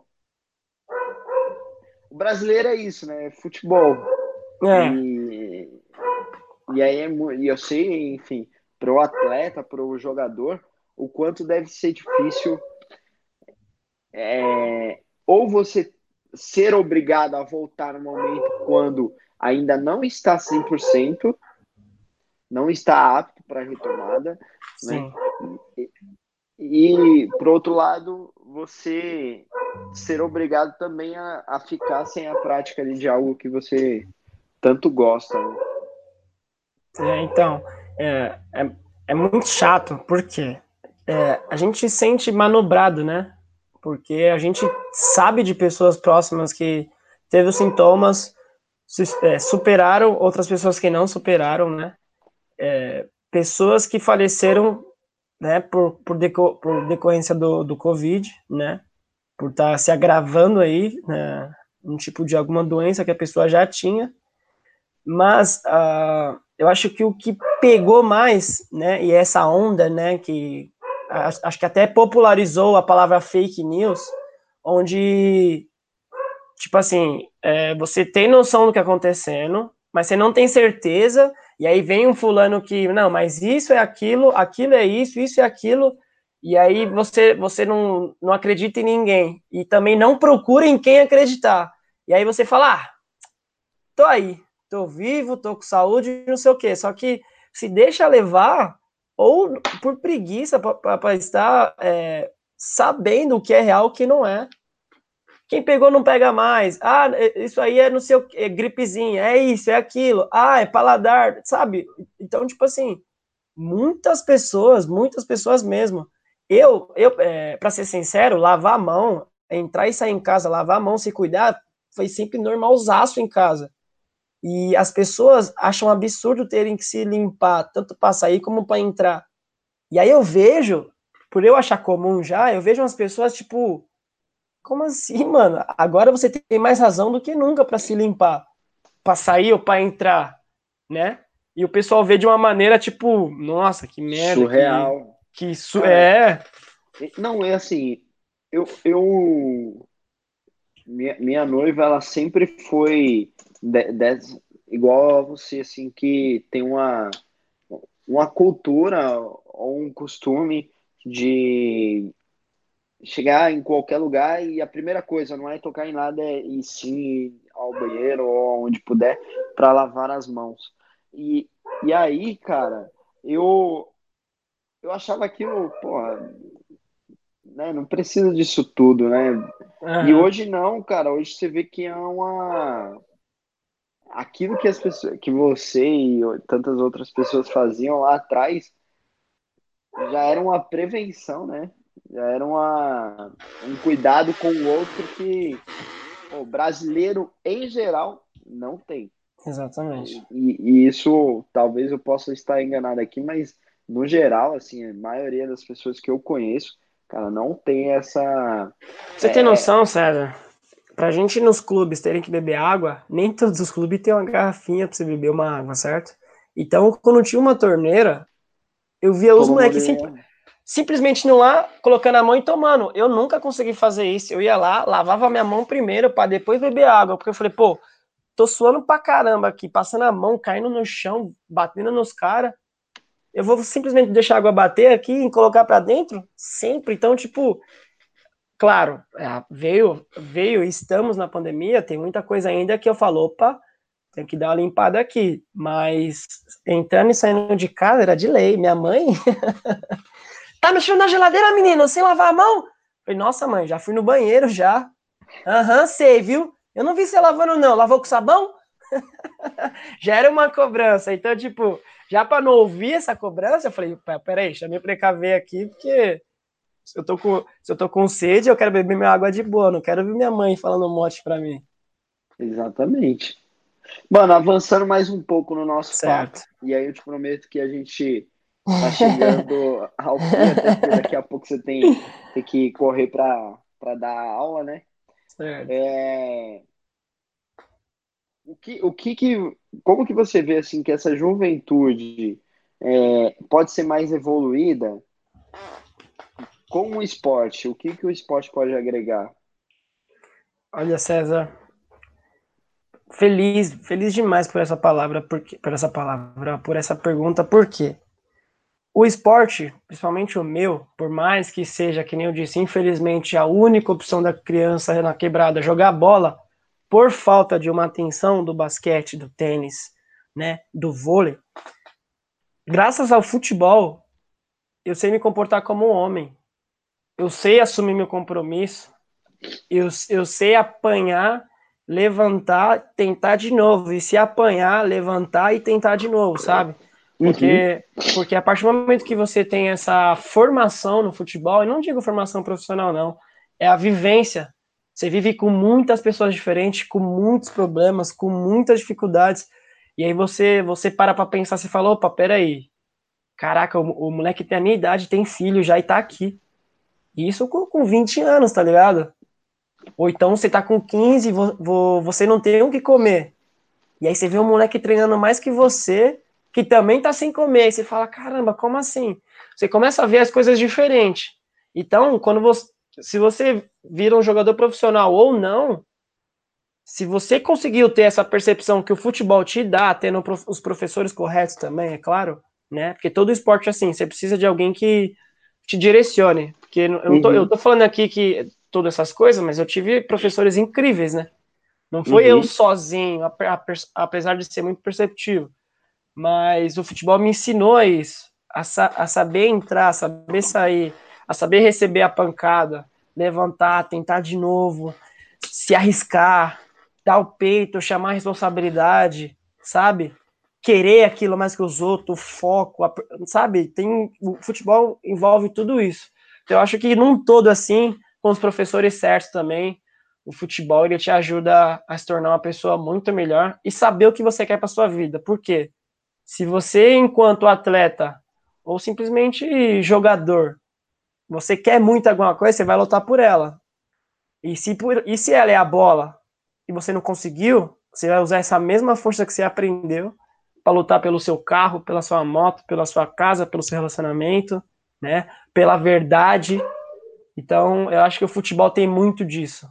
o brasileiro é isso, né, futebol. É, E, e aí e eu sei, enfim, para o atleta, para o jogador, o quanto deve ser difícil ou você ser obrigado a voltar no momento quando ainda não está 100%, não está apto para a retomada, né? sim. E, por outro lado, você ser obrigado também a ficar sem a prática ali de algo que você tanto gosta, né? Então, é muito chato, porque a gente se sente manobrado, né? Porque a gente sabe de pessoas próximas que teve os sintomas, superaram, outras pessoas que não superaram, né? Pessoas que faleceram, né, por decorrência do Covid, né? Por estar se agravando aí, né? Um tipo de alguma doença que a pessoa já tinha. Mas eu acho que o que pegou mais, né, e essa onda, né, que acho que até popularizou a palavra fake news, onde, tipo assim, você tem noção do que está acontecendo, mas você não tem certeza, e aí vem um fulano que, não, mas isso é aquilo, aquilo é isso é aquilo, e aí você não acredita em ninguém, e também não procura em quem acreditar. E aí você fala, tô aí, tô vivo, tô com saúde, não sei o quê. Só que se deixa levar, ou por preguiça, para estar sabendo o que é real e o que não é. Quem pegou não pega mais. Ah, isso aí é não sei o quê, gripezinha, é isso, é aquilo. Ah, é paladar, sabe? Então, tipo assim, muitas pessoas mesmo. Para ser sincero, lavar a mão, entrar e sair em casa, lavar a mão, se cuidar, foi sempre normalzaço em casa. E as pessoas acham absurdo terem que se limpar, tanto para sair como para entrar. E aí eu vejo, por eu achar comum já, eu vejo umas pessoas tipo, como assim, mano? Agora você tem mais razão do que nunca para se limpar, para sair ou para entrar, né? E o pessoal vê de uma maneira tipo, nossa, que merda, Surreal. que isso Cara, é. não é assim. Eu minha noiva, ela sempre foi igual a você, assim, que tem uma cultura ou um costume de chegar em qualquer lugar e a primeira coisa não é tocar em nada, é ir sim ao banheiro ou onde puder para lavar as mãos. E, e aí, cara, eu, eu achava aquilo, porra, né, não precisa disso tudo, né? E Aham, hoje não, cara, hoje você vê que é aquilo que as pessoas, que você e tantas outras pessoas faziam lá atrás, já era uma prevenção, né? Já era um cuidado com o outro que o brasileiro, em geral, não tem. exatamente. E isso, talvez eu possa estar enganado aqui, mas no geral, assim, a maioria das pessoas que eu conheço, cara, não tem essa. Você tem É, noção, César? Pra gente ir nos clubes terem que beber água, nem todos os clubes têm uma garrafinha pra você beber uma água, certo? Então, quando tinha uma torneira, eu via os como a moleques mulher. simplesmente indo lá, colocando a mão e tomando. Eu nunca consegui fazer isso. Eu ia lá, lavava a minha mão primeiro para depois beber água, porque eu falei, pô, tô suando pra caramba aqui, passando a mão, caindo no chão, batendo nos caras. Eu vou simplesmente deixar a água bater aqui e colocar para dentro? Sempre. Então, tipo, claro, veio, estamos na pandemia, tem muita coisa ainda que eu falo, opa, tem que dar uma limpada aqui. Mas entrando e saindo de casa era de lei. Minha mãe, tá mexendo na geladeira, menino, sem lavar a mão? Falei, nossa, mãe, já fui no banheiro já. Aham, sei, viu? Eu não vi você lavando, não. Lavou com sabão? Já era uma cobrança. Então, tipo, já para não ouvir essa cobrança, eu falei, peraí, deixa eu me precaver aqui, porque se eu tô com sede, eu quero beber minha água de boa, não quero ver minha mãe falando um monte pra mim. Exatamente. Mano, avançando mais um pouco no nosso papo, Certo. e aí eu te prometo que a gente tá chegando ao fim, até porque daqui a pouco você tem que correr para dar aula, né? Certo. É, como que você vê assim que essa juventude pode ser mais evoluída com o esporte? O que o esporte pode agregar? Olha, César, feliz, feliz demais por essa pergunta, por quê? O esporte, principalmente o meu, por mais que seja, que nem eu disse, infelizmente a única opção da criança na quebrada jogar bola, por falta de uma atenção do basquete, do tênis, né, do vôlei, graças ao futebol, eu sei me comportar como um homem. Eu sei assumir meu compromisso, eu sei apanhar, levantar, tentar de novo. E se apanhar, levantar e tentar de novo, sabe? Uhum, Porque a partir do momento que você tem essa formação no futebol, e não digo formação profissional, não, é a vivência. Você vive com muitas pessoas diferentes, com muitos problemas, com muitas dificuldades. E aí você para pensar, você fala, opa, peraí, caraca, o moleque tem a minha idade, tem filho já e tá aqui. E isso com 20 anos, tá ligado? Ou então você tá com 15, você não tem o que comer. E aí você vê um moleque treinando mais que você, que também tá sem comer. E você fala, caramba, como assim? Você começa a ver as coisas diferentes. Então, se você vira um jogador profissional ou não, se você conseguiu ter essa percepção que o futebol te dá, tendo os professores corretos também, é claro, né? Porque todo esporte é assim, você precisa de alguém que te direcione. Porque eu uhum, tô falando aqui que todas essas coisas, mas eu tive professores incríveis, né? Não foi eu uhum. sozinho, apesar de ser muito perceptivo. Mas o futebol me ensinou a isso, a saber entrar, a saber sair, a saber receber a pancada, levantar, tentar de novo, se arriscar, dar o peito, chamar a responsabilidade, sabe? Querer aquilo mais que os outros, o foco, sabe? O futebol envolve tudo isso. Então, eu acho que num todo assim, com os professores certos também, o futebol ele te ajuda a se tornar uma pessoa muito melhor e saber o que você quer para sua vida. Por quê? Se você, enquanto atleta ou simplesmente jogador, você quer muito alguma coisa, você vai lutar por ela. E se ela é a bola e você não conseguiu, você vai usar essa mesma força que você aprendeu para lutar pelo seu carro, pela sua moto, pela sua casa, pelo seu relacionamento, né? Pela verdade. Então, eu acho que o futebol tem muito disso.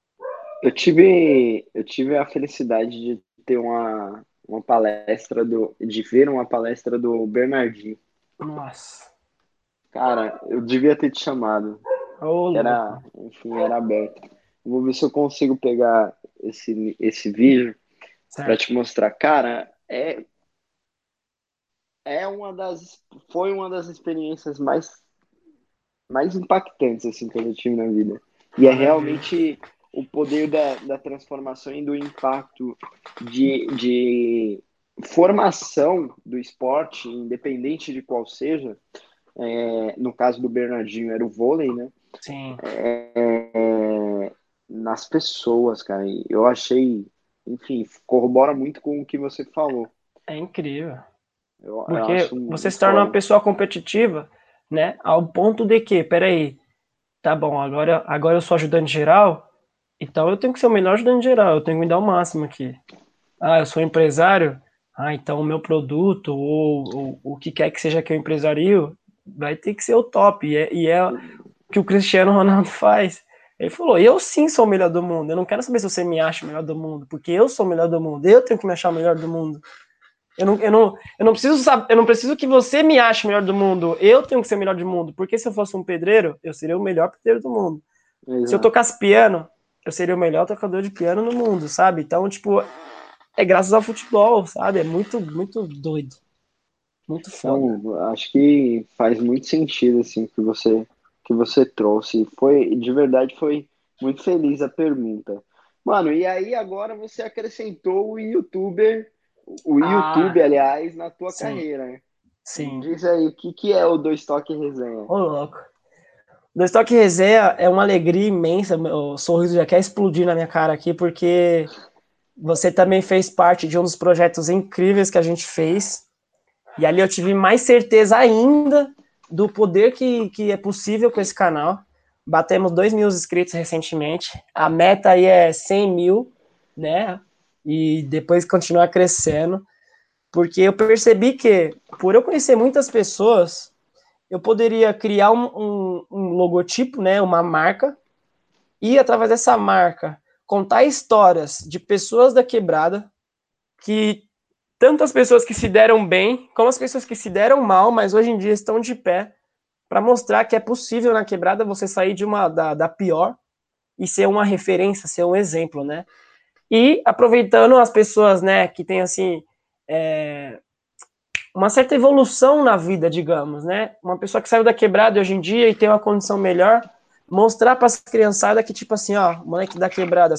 Eu tive a felicidade de ter uma palestra de ver uma palestra do Bernardinho. Nossa. Cara, eu devia ter te chamado, Ô, que era, louco. enfim, era aberto. Vou ver se eu consigo pegar esse vídeo para Certo. te mostrar. Cara, é foi uma das experiências mais impactantes assim que eu já tive na vida. E é Maravilha. realmente o poder da transformação e do impacto de formação do esporte, independente de qual seja. No caso do Bernardinho era o vôlei, né? Sim, Nas pessoas, cara. E eu achei, enfim, corrobora muito com o que você falou. é incrível. Eu Porque acho você muito se torna uma foda. pessoa competitiva, né? Ao ponto de que, peraí, tá bom, agora eu sou ajudante geral, então eu tenho que ser o melhor ajudante geral, eu tenho que me dar o máximo aqui. Ah, eu sou empresário, então o meu produto, ou o que quer que seja que eu empresario, vai ter que ser o top. E é o que o Cristiano Ronaldo faz. Ele falou: eu sim sou o melhor do mundo. Eu não quero saber se você me acha o melhor do mundo, porque eu sou o melhor do mundo. Eu tenho que me achar o melhor do mundo. Eu não preciso que você me ache o melhor do mundo. Eu tenho que ser o melhor do mundo. Porque se eu fosse um pedreiro, eu seria o melhor pedreiro do mundo. Se eu Exato. tocasse piano, eu seria o melhor tocador de piano no mundo, sabe? Então, tipo, é graças ao futebol, sabe? É muito, muito doido. Muito foda. Não, acho que faz muito sentido assim que você trouxe. Foi, de verdade, foi muito feliz a pergunta. Mano, e aí agora você acrescentou o YouTube, Ah, aliás, na tua sim, carreira, né? sim. Diz aí, o que que é o Dois Toque Resenha? Ô, louco. Do Estoque Resenha é uma alegria imensa. O sorriso já quer explodir na minha cara aqui, porque você também fez parte de um dos projetos incríveis que a gente fez. E ali eu tive mais certeza ainda do poder que é possível com esse canal. Batemos 2.000 inscritos recentemente. A meta aí é 100 mil, né? E depois continuar crescendo. Porque eu percebi que, por eu conhecer muitas pessoas, eu poderia criar um logotipo, né? Uma marca. E através dessa marca, contar histórias de pessoas da quebrada que tanto as pessoas que se deram bem, como as pessoas que se deram mal, mas hoje em dia estão de pé, para mostrar que é possível na quebrada você sair de da pior e ser uma referência, ser um exemplo, né? E aproveitando as pessoas, né, que têm assim uma certa evolução na vida, digamos, né? Uma pessoa que saiu da quebrada hoje em dia e tem uma condição melhor, mostrar para as criançadas que tipo assim, ó, o moleque da quebrada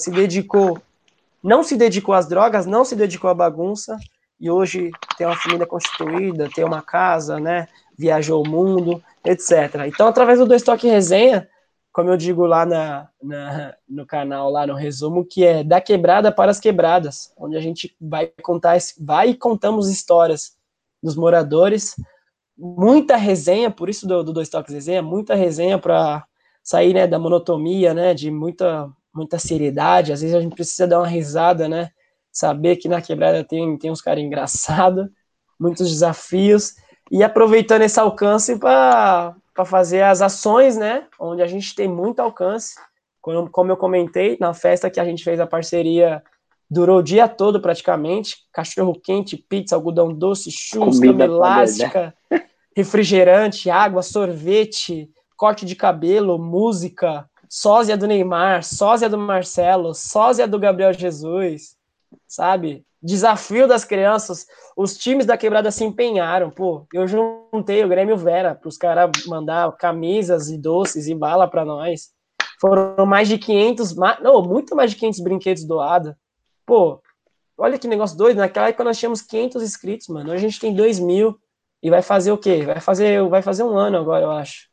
não se dedicou às drogas, não se dedicou à bagunça, e hoje tem uma família constituída, tem uma casa, né? Viajou o mundo, etc. Então, através do Dois Toque Resenha, como eu digo lá no canal, lá no resumo, que é da quebrada para as quebradas, onde a gente vai e contamos histórias dos moradores, muita resenha, por isso do Dois Toques Resenha, muita resenha para sair, né, da monotonia, né, de muita seriedade. Às vezes a gente precisa dar uma risada, né, saber que na quebrada tem uns caras engraçados, muitos desafios, e aproveitando esse alcance para fazer as ações, né, onde a gente tem muito alcance. Como eu comentei, na festa que a gente fez a parceria, durou o dia todo praticamente, cachorro quente, pizza, algodão doce, churros, cama Comida pra verdade. elástica, refrigerante, água, sorvete, corte de cabelo, música, sósia do Neymar, sósia do Marcelo, sósia do Gabriel Jesus, sabe? Desafio das crianças, os times da quebrada se empenharam, pô. Eu juntei o Grêmio Vera para os caras mandar camisas e doces e bala para nós. Foram mais de 500, não, muito mais de 500 brinquedos doados. Pô, olha que negócio doido. Naquela época nós tínhamos 500 inscritos, mano. Hoje a gente tem 2.000. E vai fazer o quê? Vai fazer um ano agora, eu acho.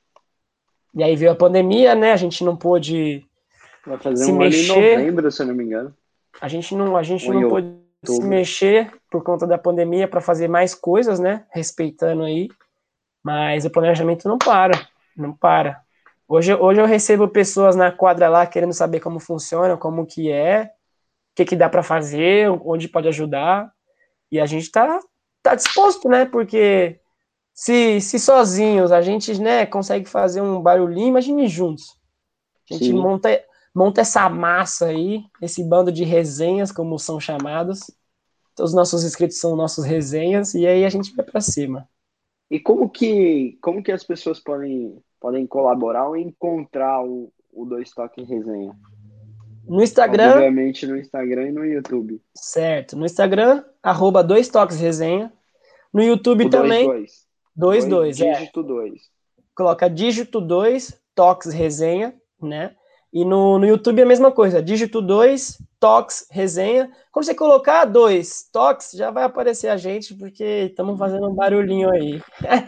E aí veio a pandemia, né? A gente não pôde Vai fazer se um ano em mexer. novembro, se eu não me engano. A gente Ou em não pôde se outubro. mexer por conta da pandemia para fazer mais coisas, né? Respeitando aí. Mas o planejamento não para. Não para. Hoje eu recebo pessoas na quadra lá querendo saber como funciona, como que é, o que dá para fazer, onde pode ajudar. E a gente tá disposto, né? Porque se sozinhos a gente, né, consegue fazer um barulhinho, imagine juntos. A gente Sim. monta essa massa aí, esse bando de resenhas, como são chamados. Todos os nossos inscritos são nossos resenhas, e aí a gente vai para cima. E como que as pessoas podem colaborar ou encontrar o Dois Toque Resenha? No Instagram, Obviamente no Instagram e no YouTube. certo. No Instagram, @doistoquesresenha. No YouTube O 2, também, 2. 2, 22, dígito 2. coloca dígito 2 Tox Resenha, né? E no YouTube é a mesma coisa, dígito 2 Tox Resenha. Quando você colocar 2 Tox, já vai aparecer a gente, porque estamos fazendo um barulhinho aí.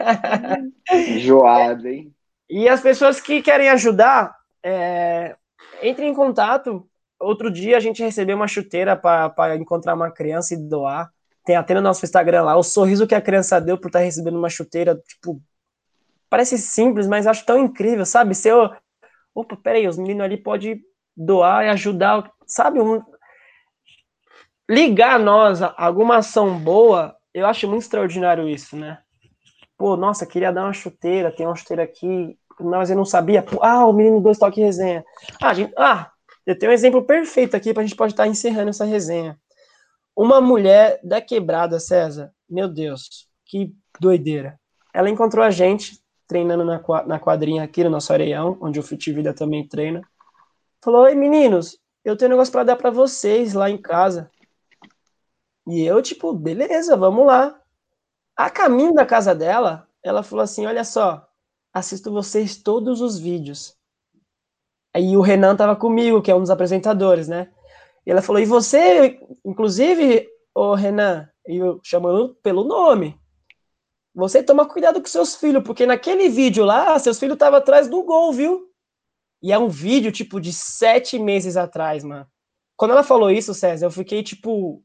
Joado, hein? E as pessoas que querem ajudar, entrem em contato. Outro dia a gente recebeu uma chuteira para encontrar uma criança e doar. Tem até no nosso Instagram lá, o sorriso que a criança deu por estar recebendo uma chuteira, tipo, parece simples, mas acho tão incrível, sabe? Se eu, opa, peraí, os meninos ali podem doar e ajudar, sabe? Ligar a nós a alguma ação boa, eu acho muito extraordinário isso, né? Pô, nossa, queria dar uma chuteira, tem uma chuteira aqui, mas eu não sabia. Pô, o menino do Estoque Resenha. Eu tenho um exemplo perfeito aqui pra gente pode estar encerrando essa resenha. Uma mulher da quebrada, César, meu Deus, que doideira. Ela encontrou a gente treinando na quadrinha aqui no nosso areião, onde o Fit Vida também treina. Falou: oi, meninos, eu tenho um negócio para dar para vocês lá em casa. E eu, tipo, beleza, vamos lá. A caminho da casa dela, ela falou assim: olha só, assisto vocês todos os vídeos. Aí o Renan tava comigo, que é um dos apresentadores, né? E ela falou: e você, inclusive, ô Renan, e eu chamando pelo nome, você toma cuidado com seus filhos, porque naquele vídeo lá, seus filhos estavam atrás do gol, viu? E é um vídeo, tipo, de 7 meses atrás, mano. Quando ela falou isso, César, eu fiquei, tipo...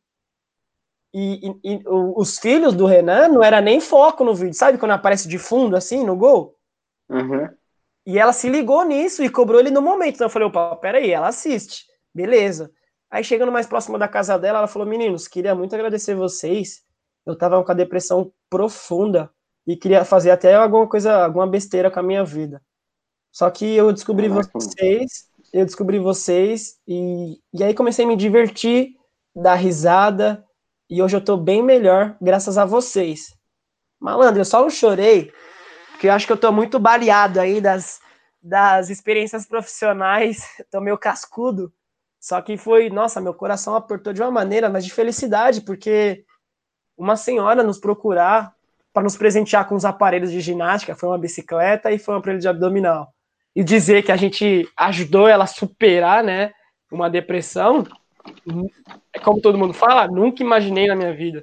os filhos do Renan não era nem foco no vídeo, sabe? Quando aparece de fundo, assim, no gol. Uhum. E ela se ligou nisso e cobrou ele no momento. Então eu falei, opa, peraí, ela assiste. Beleza. Aí chegando mais próximo da casa dela, ela falou, meninos, queria muito agradecer vocês. Eu tava com a depressão profunda e queria fazer até alguma coisa, alguma besteira com a minha vida. Só que Caraca. eu descobri vocês e aí comecei a me divertir, dar risada e hoje eu tô bem melhor graças a vocês. Malandro, eu só não chorei porque eu acho que eu tô muito baleado aí das experiências profissionais, tô meio cascudo. Só que foi, nossa, meu coração apertou de uma maneira, mas de felicidade, porque uma senhora nos procurar para nos presentear com os aparelhos de ginástica, foi uma bicicleta e foi um aparelho de abdominal. E dizer que a gente ajudou ela a superar, né, uma depressão, como todo mundo fala, nunca imaginei na minha vida.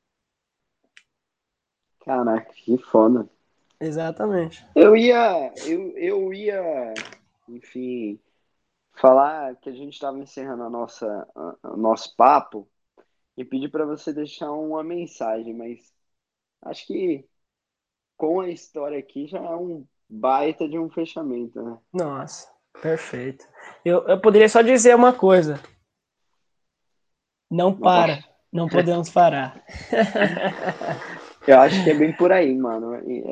Caraca, que foda. Exatamente. Eu ia, enfim, falar que a gente estava encerrando o nosso papo e pedir para você deixar uma mensagem, mas acho que com a história aqui já é um baita de um fechamento, né? Nossa, perfeito. Eu poderia só dizer uma coisa: não Opa. para, não podemos parar. Eu acho que é bem por aí, mano.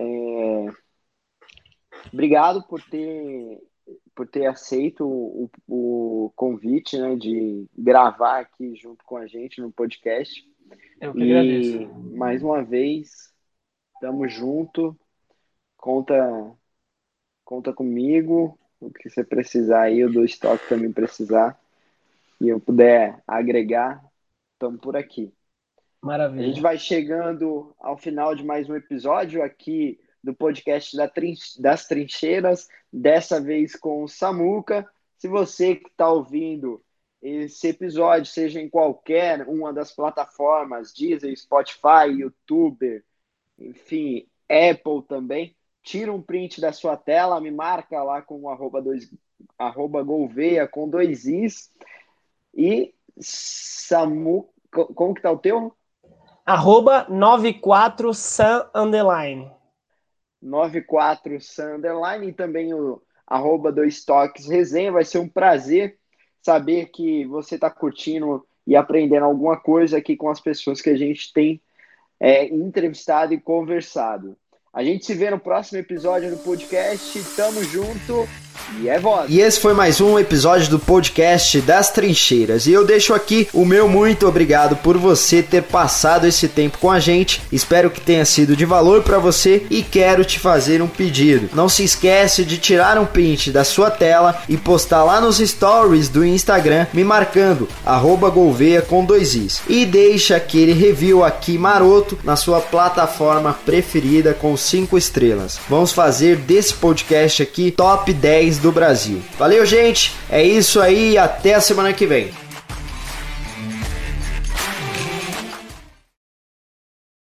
Obrigado por ter aceito o convite, né, de gravar aqui junto com a gente no podcast. Eu que agradeço. E mais uma vez, tamo junto. Conta, conta comigo. O que você precisar aí, eu dou estoque também precisar. E eu puder agregar, estamos por aqui. A gente Maravilha. vai chegando ao final de mais um episódio aqui do podcast das Trincheiras, dessa vez com o Samuca. Se você que está ouvindo esse episódio, seja em qualquer uma das plataformas, Deezer, Spotify, YouTube, enfim, Apple também, tira um print da sua tela, me marca lá com o arroba Gouveia com 2 Is. E Samu, como que tá o teu? @ 94 Sun Underline. 94 Sunderline e também o arroba do Estoques Resenha. Vai ser um prazer saber que você está curtindo e aprendendo alguma coisa aqui com as pessoas que a gente tem entrevistado e conversado. A gente se vê no próximo episódio do podcast. Tamo junto. E é voz. E esse foi mais um episódio do podcast das Trincheiras. E eu deixo aqui o meu muito obrigado por você ter passado esse tempo com a gente. Espero que tenha sido de valor para você e quero te fazer um pedido. Não se esquece de tirar um print da sua tela e postar lá nos stories do Instagram me marcando @Gouveia com 2 Is. E deixa aquele review aqui maroto na sua plataforma preferida com 5 estrelas. Vamos fazer desse podcast aqui top 10 do Brasil. Valeu, gente. É isso aí. Até a semana que vem.